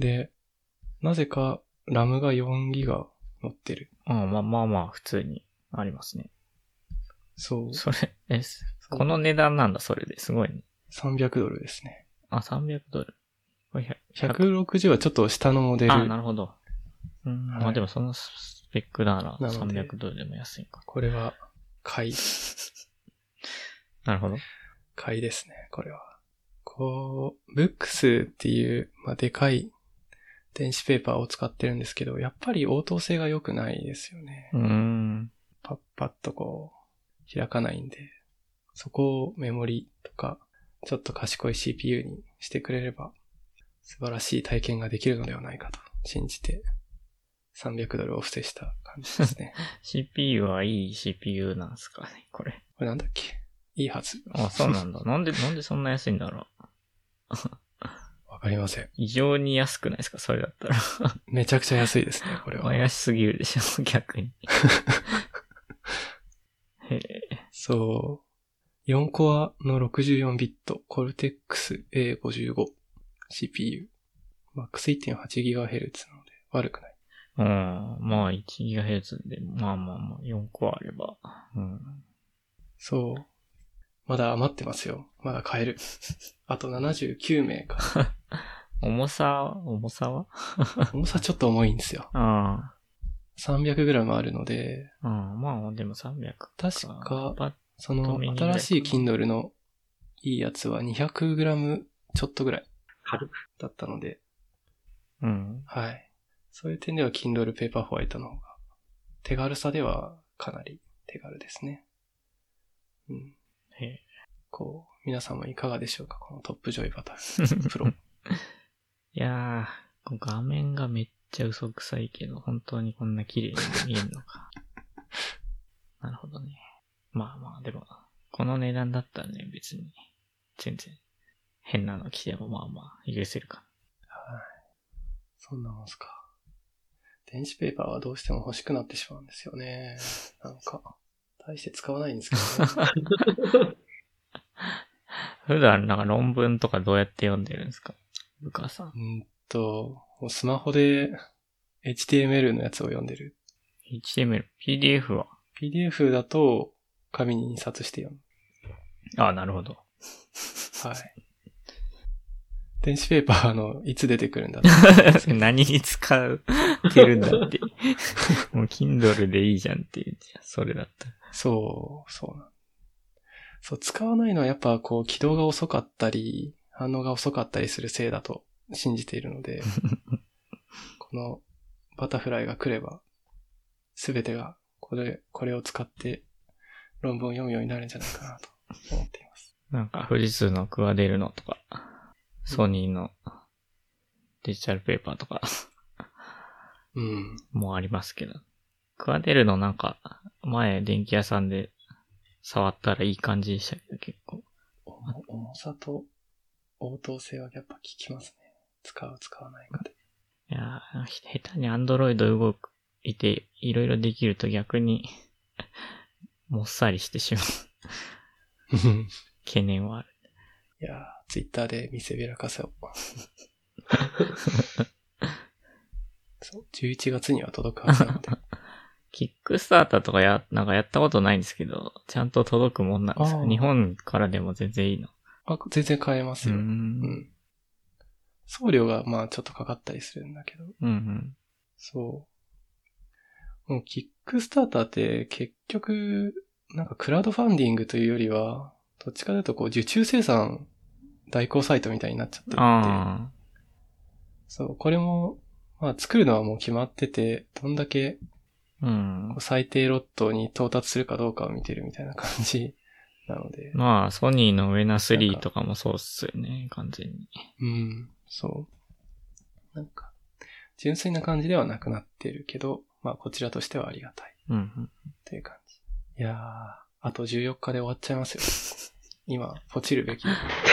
で、なぜか、ラムがよんギガ乗ってる。 ああ、まあまあまあ、普通にありますね。 そう。 それ、え、この値段なんだ、それで。すごいね。 さんびゃくドルですね。 あ、さんびゃくドル。 ひゃくろくじゅうはちょっと下のモデル。 あ、なるほど。うん、はい、まあでもそのスペックならさんびゃくドルでも安いか。 これは、買い。 なるほど。 買いですね、これは。こう、ブックスっていう、まあ、でかい電子ペーパーを使ってるんですけど、やっぱり応答性が良くないですよね。 うーん。 パッパッとこう、開かないんで、そこをメモリとか、ちょっと賢い シーピーユー にしてくれれば、素晴らしい体験ができるのではないかと信じて、さんびゃくドルを付せした感じですね。 シーピーユー はいい シーピーユー なんですかね、これ。 これなんだっけ？いいはず。 あ、そうなんだ。なんで、なんでそんな安いんだろう。 わかりません。 異常に安くないですか、それだったら。 めちゃくちゃ安いですね、これは。 怪しすぎるでしょ、逆に。へえ。 そう。よんコアのろくじゅうよんビット、コルテックス エーごじゅうご シーピーユー。マックス いってんはちギガヘルツ なので悪くない。 うん。まあ いちギガヘルツ で、まあまあまあよんコアあれば。うん。 そう。まだ余ってますよ。まだ買える。あとななじゅうきゅうめいか。 重さ、重さは重さちょっと重いんですよ。 ああ。 さんびゃくグラム あるので。 うん、まあでもさんびゃくか。 確か、その新しい Kindle のいいやつは にひゃくグラム ちょっとぐらいだったので。 うん。 はい。そういう点では Kindle Paperwhite の方が手軽さではかなり手軽ですね。うん。 へえ。 こう、皆さんもいかがでしょうか、このトップジョイバタプロ。 いやー、画面がめっちゃ嘘くさいけど、本当にこんな綺麗に見えるのか。なるほどね。まあまあ、でも、この値段だったらね、別に、全然、変なの着てもまあまあ、許せるかな。 はい。そんなもんすか。電子ペーパーはどうしても欲しくなってしまうんですよね。なんか、大して使わないんですけどね。 普段なんか論文とかどうやって読んでるんですか、部下さん。 うんと、スマホで エイチティーエムエル のやつを読んでる。 エイチティーエムエル、ピーディーエフ はピーディーエフ だと紙に印刷して読む。 ああ、なるほど。 はい。電子ペーパーのいつ出てくるんだって何に使うてるんだって。もう Kindle でいいじゃんっていう。それだったら。 そう、そうなん。そう、使わないのはやっぱこう起動が遅かったり、反応が遅かったりするせいだと信じているので、このバタフライが来れば、すべてがこれ、これを使って論文を読むようになるんじゃないかなと思っています。 なんか富士通のクワデルノとか、ソニーのデジタルペーパーとか、 うん。 もうありますけど。クワデルノなんか、前電気屋さんで触ったらいい感じでしたけど、結構。 重さと応答性はやっぱ効きますね。使う、使わないかで。 いいやー、下手に Android 動いていろいろできると逆にもっさりしてしまう懸念はある。 いやー、Twitter で見せびらかせを。そう、じゅういちがつには届くはずなんで。 キックスターターとかや、なんかやったことないんですけど、ちゃんと届くもんなんですか？日本からでも全然いいの？ あ、全然買えますよ。 うーん。 うん。送料がまあちょっとかかったりするんだけど。 うんうん。 そう。もうキックスターターって結局、なんかクラウドファンディングというよりは、どっちかというとこう受注生産代行サイトみたいになっちゃってるって。 ああ。 そう、これも、まあ作るのはもう決まってて、どんだけ、 うん。 最低ロットに到達するかどうかを見てるみたいな感じなので。 まあ、ソニーのウェナスリーとかもそうっすよね、完全に。 うん、そう。なんか、純粋な感じではなくなってるけど、まあこちらとしてはありがたい。 うん、うん。 っていう感じ。いやー、あとじゅうよっかで終わっちゃいますよ。今、ポチるべき。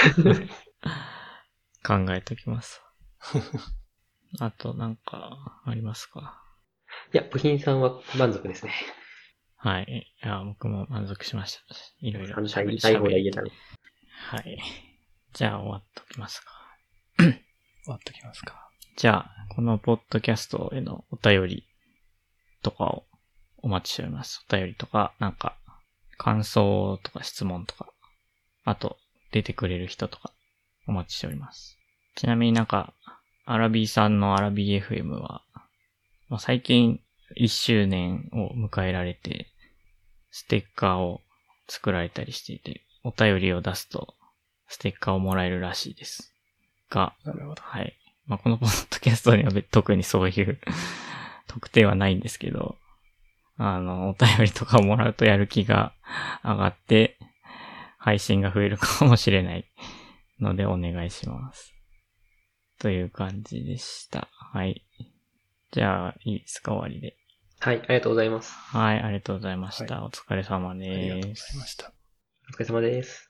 考えときます。あと、なんか、ありますか？ いや、部品さんは満足ですね。 はい。いや、僕も満足しました。いろいろ喋り、最後で言えたの。 はい。じゃあ終わっときますか。 終わっときますか。 じゃあ、このポッドキャストへのお便りとかをお待ちしております。お便りとか、なんか、感想とか質問とか、あと、出てくれる人とか、お待ちしております。ちなみになんか、アラビーさんのアラビー エフエム は、まあ、最近いっしゅうねんを迎えられて、ステッカーを作られたりしていて、お便りを出すと、ステッカーをもらえるらしいです。が、 なるほど。 はい。まあ、このポッドキャストには特にそういう特定はないんですけど、あの、お便りとかをもらうとやる気が上がって、配信が増えるかもしれないのでお願いします。という感じでした。はい。じゃあ、いいですか、終わりで。 はい、ありがとうござざいます。 はい、ありがとうございました。 はい、 お疲れ様です。 ありがとうございました。 お疲れ様です。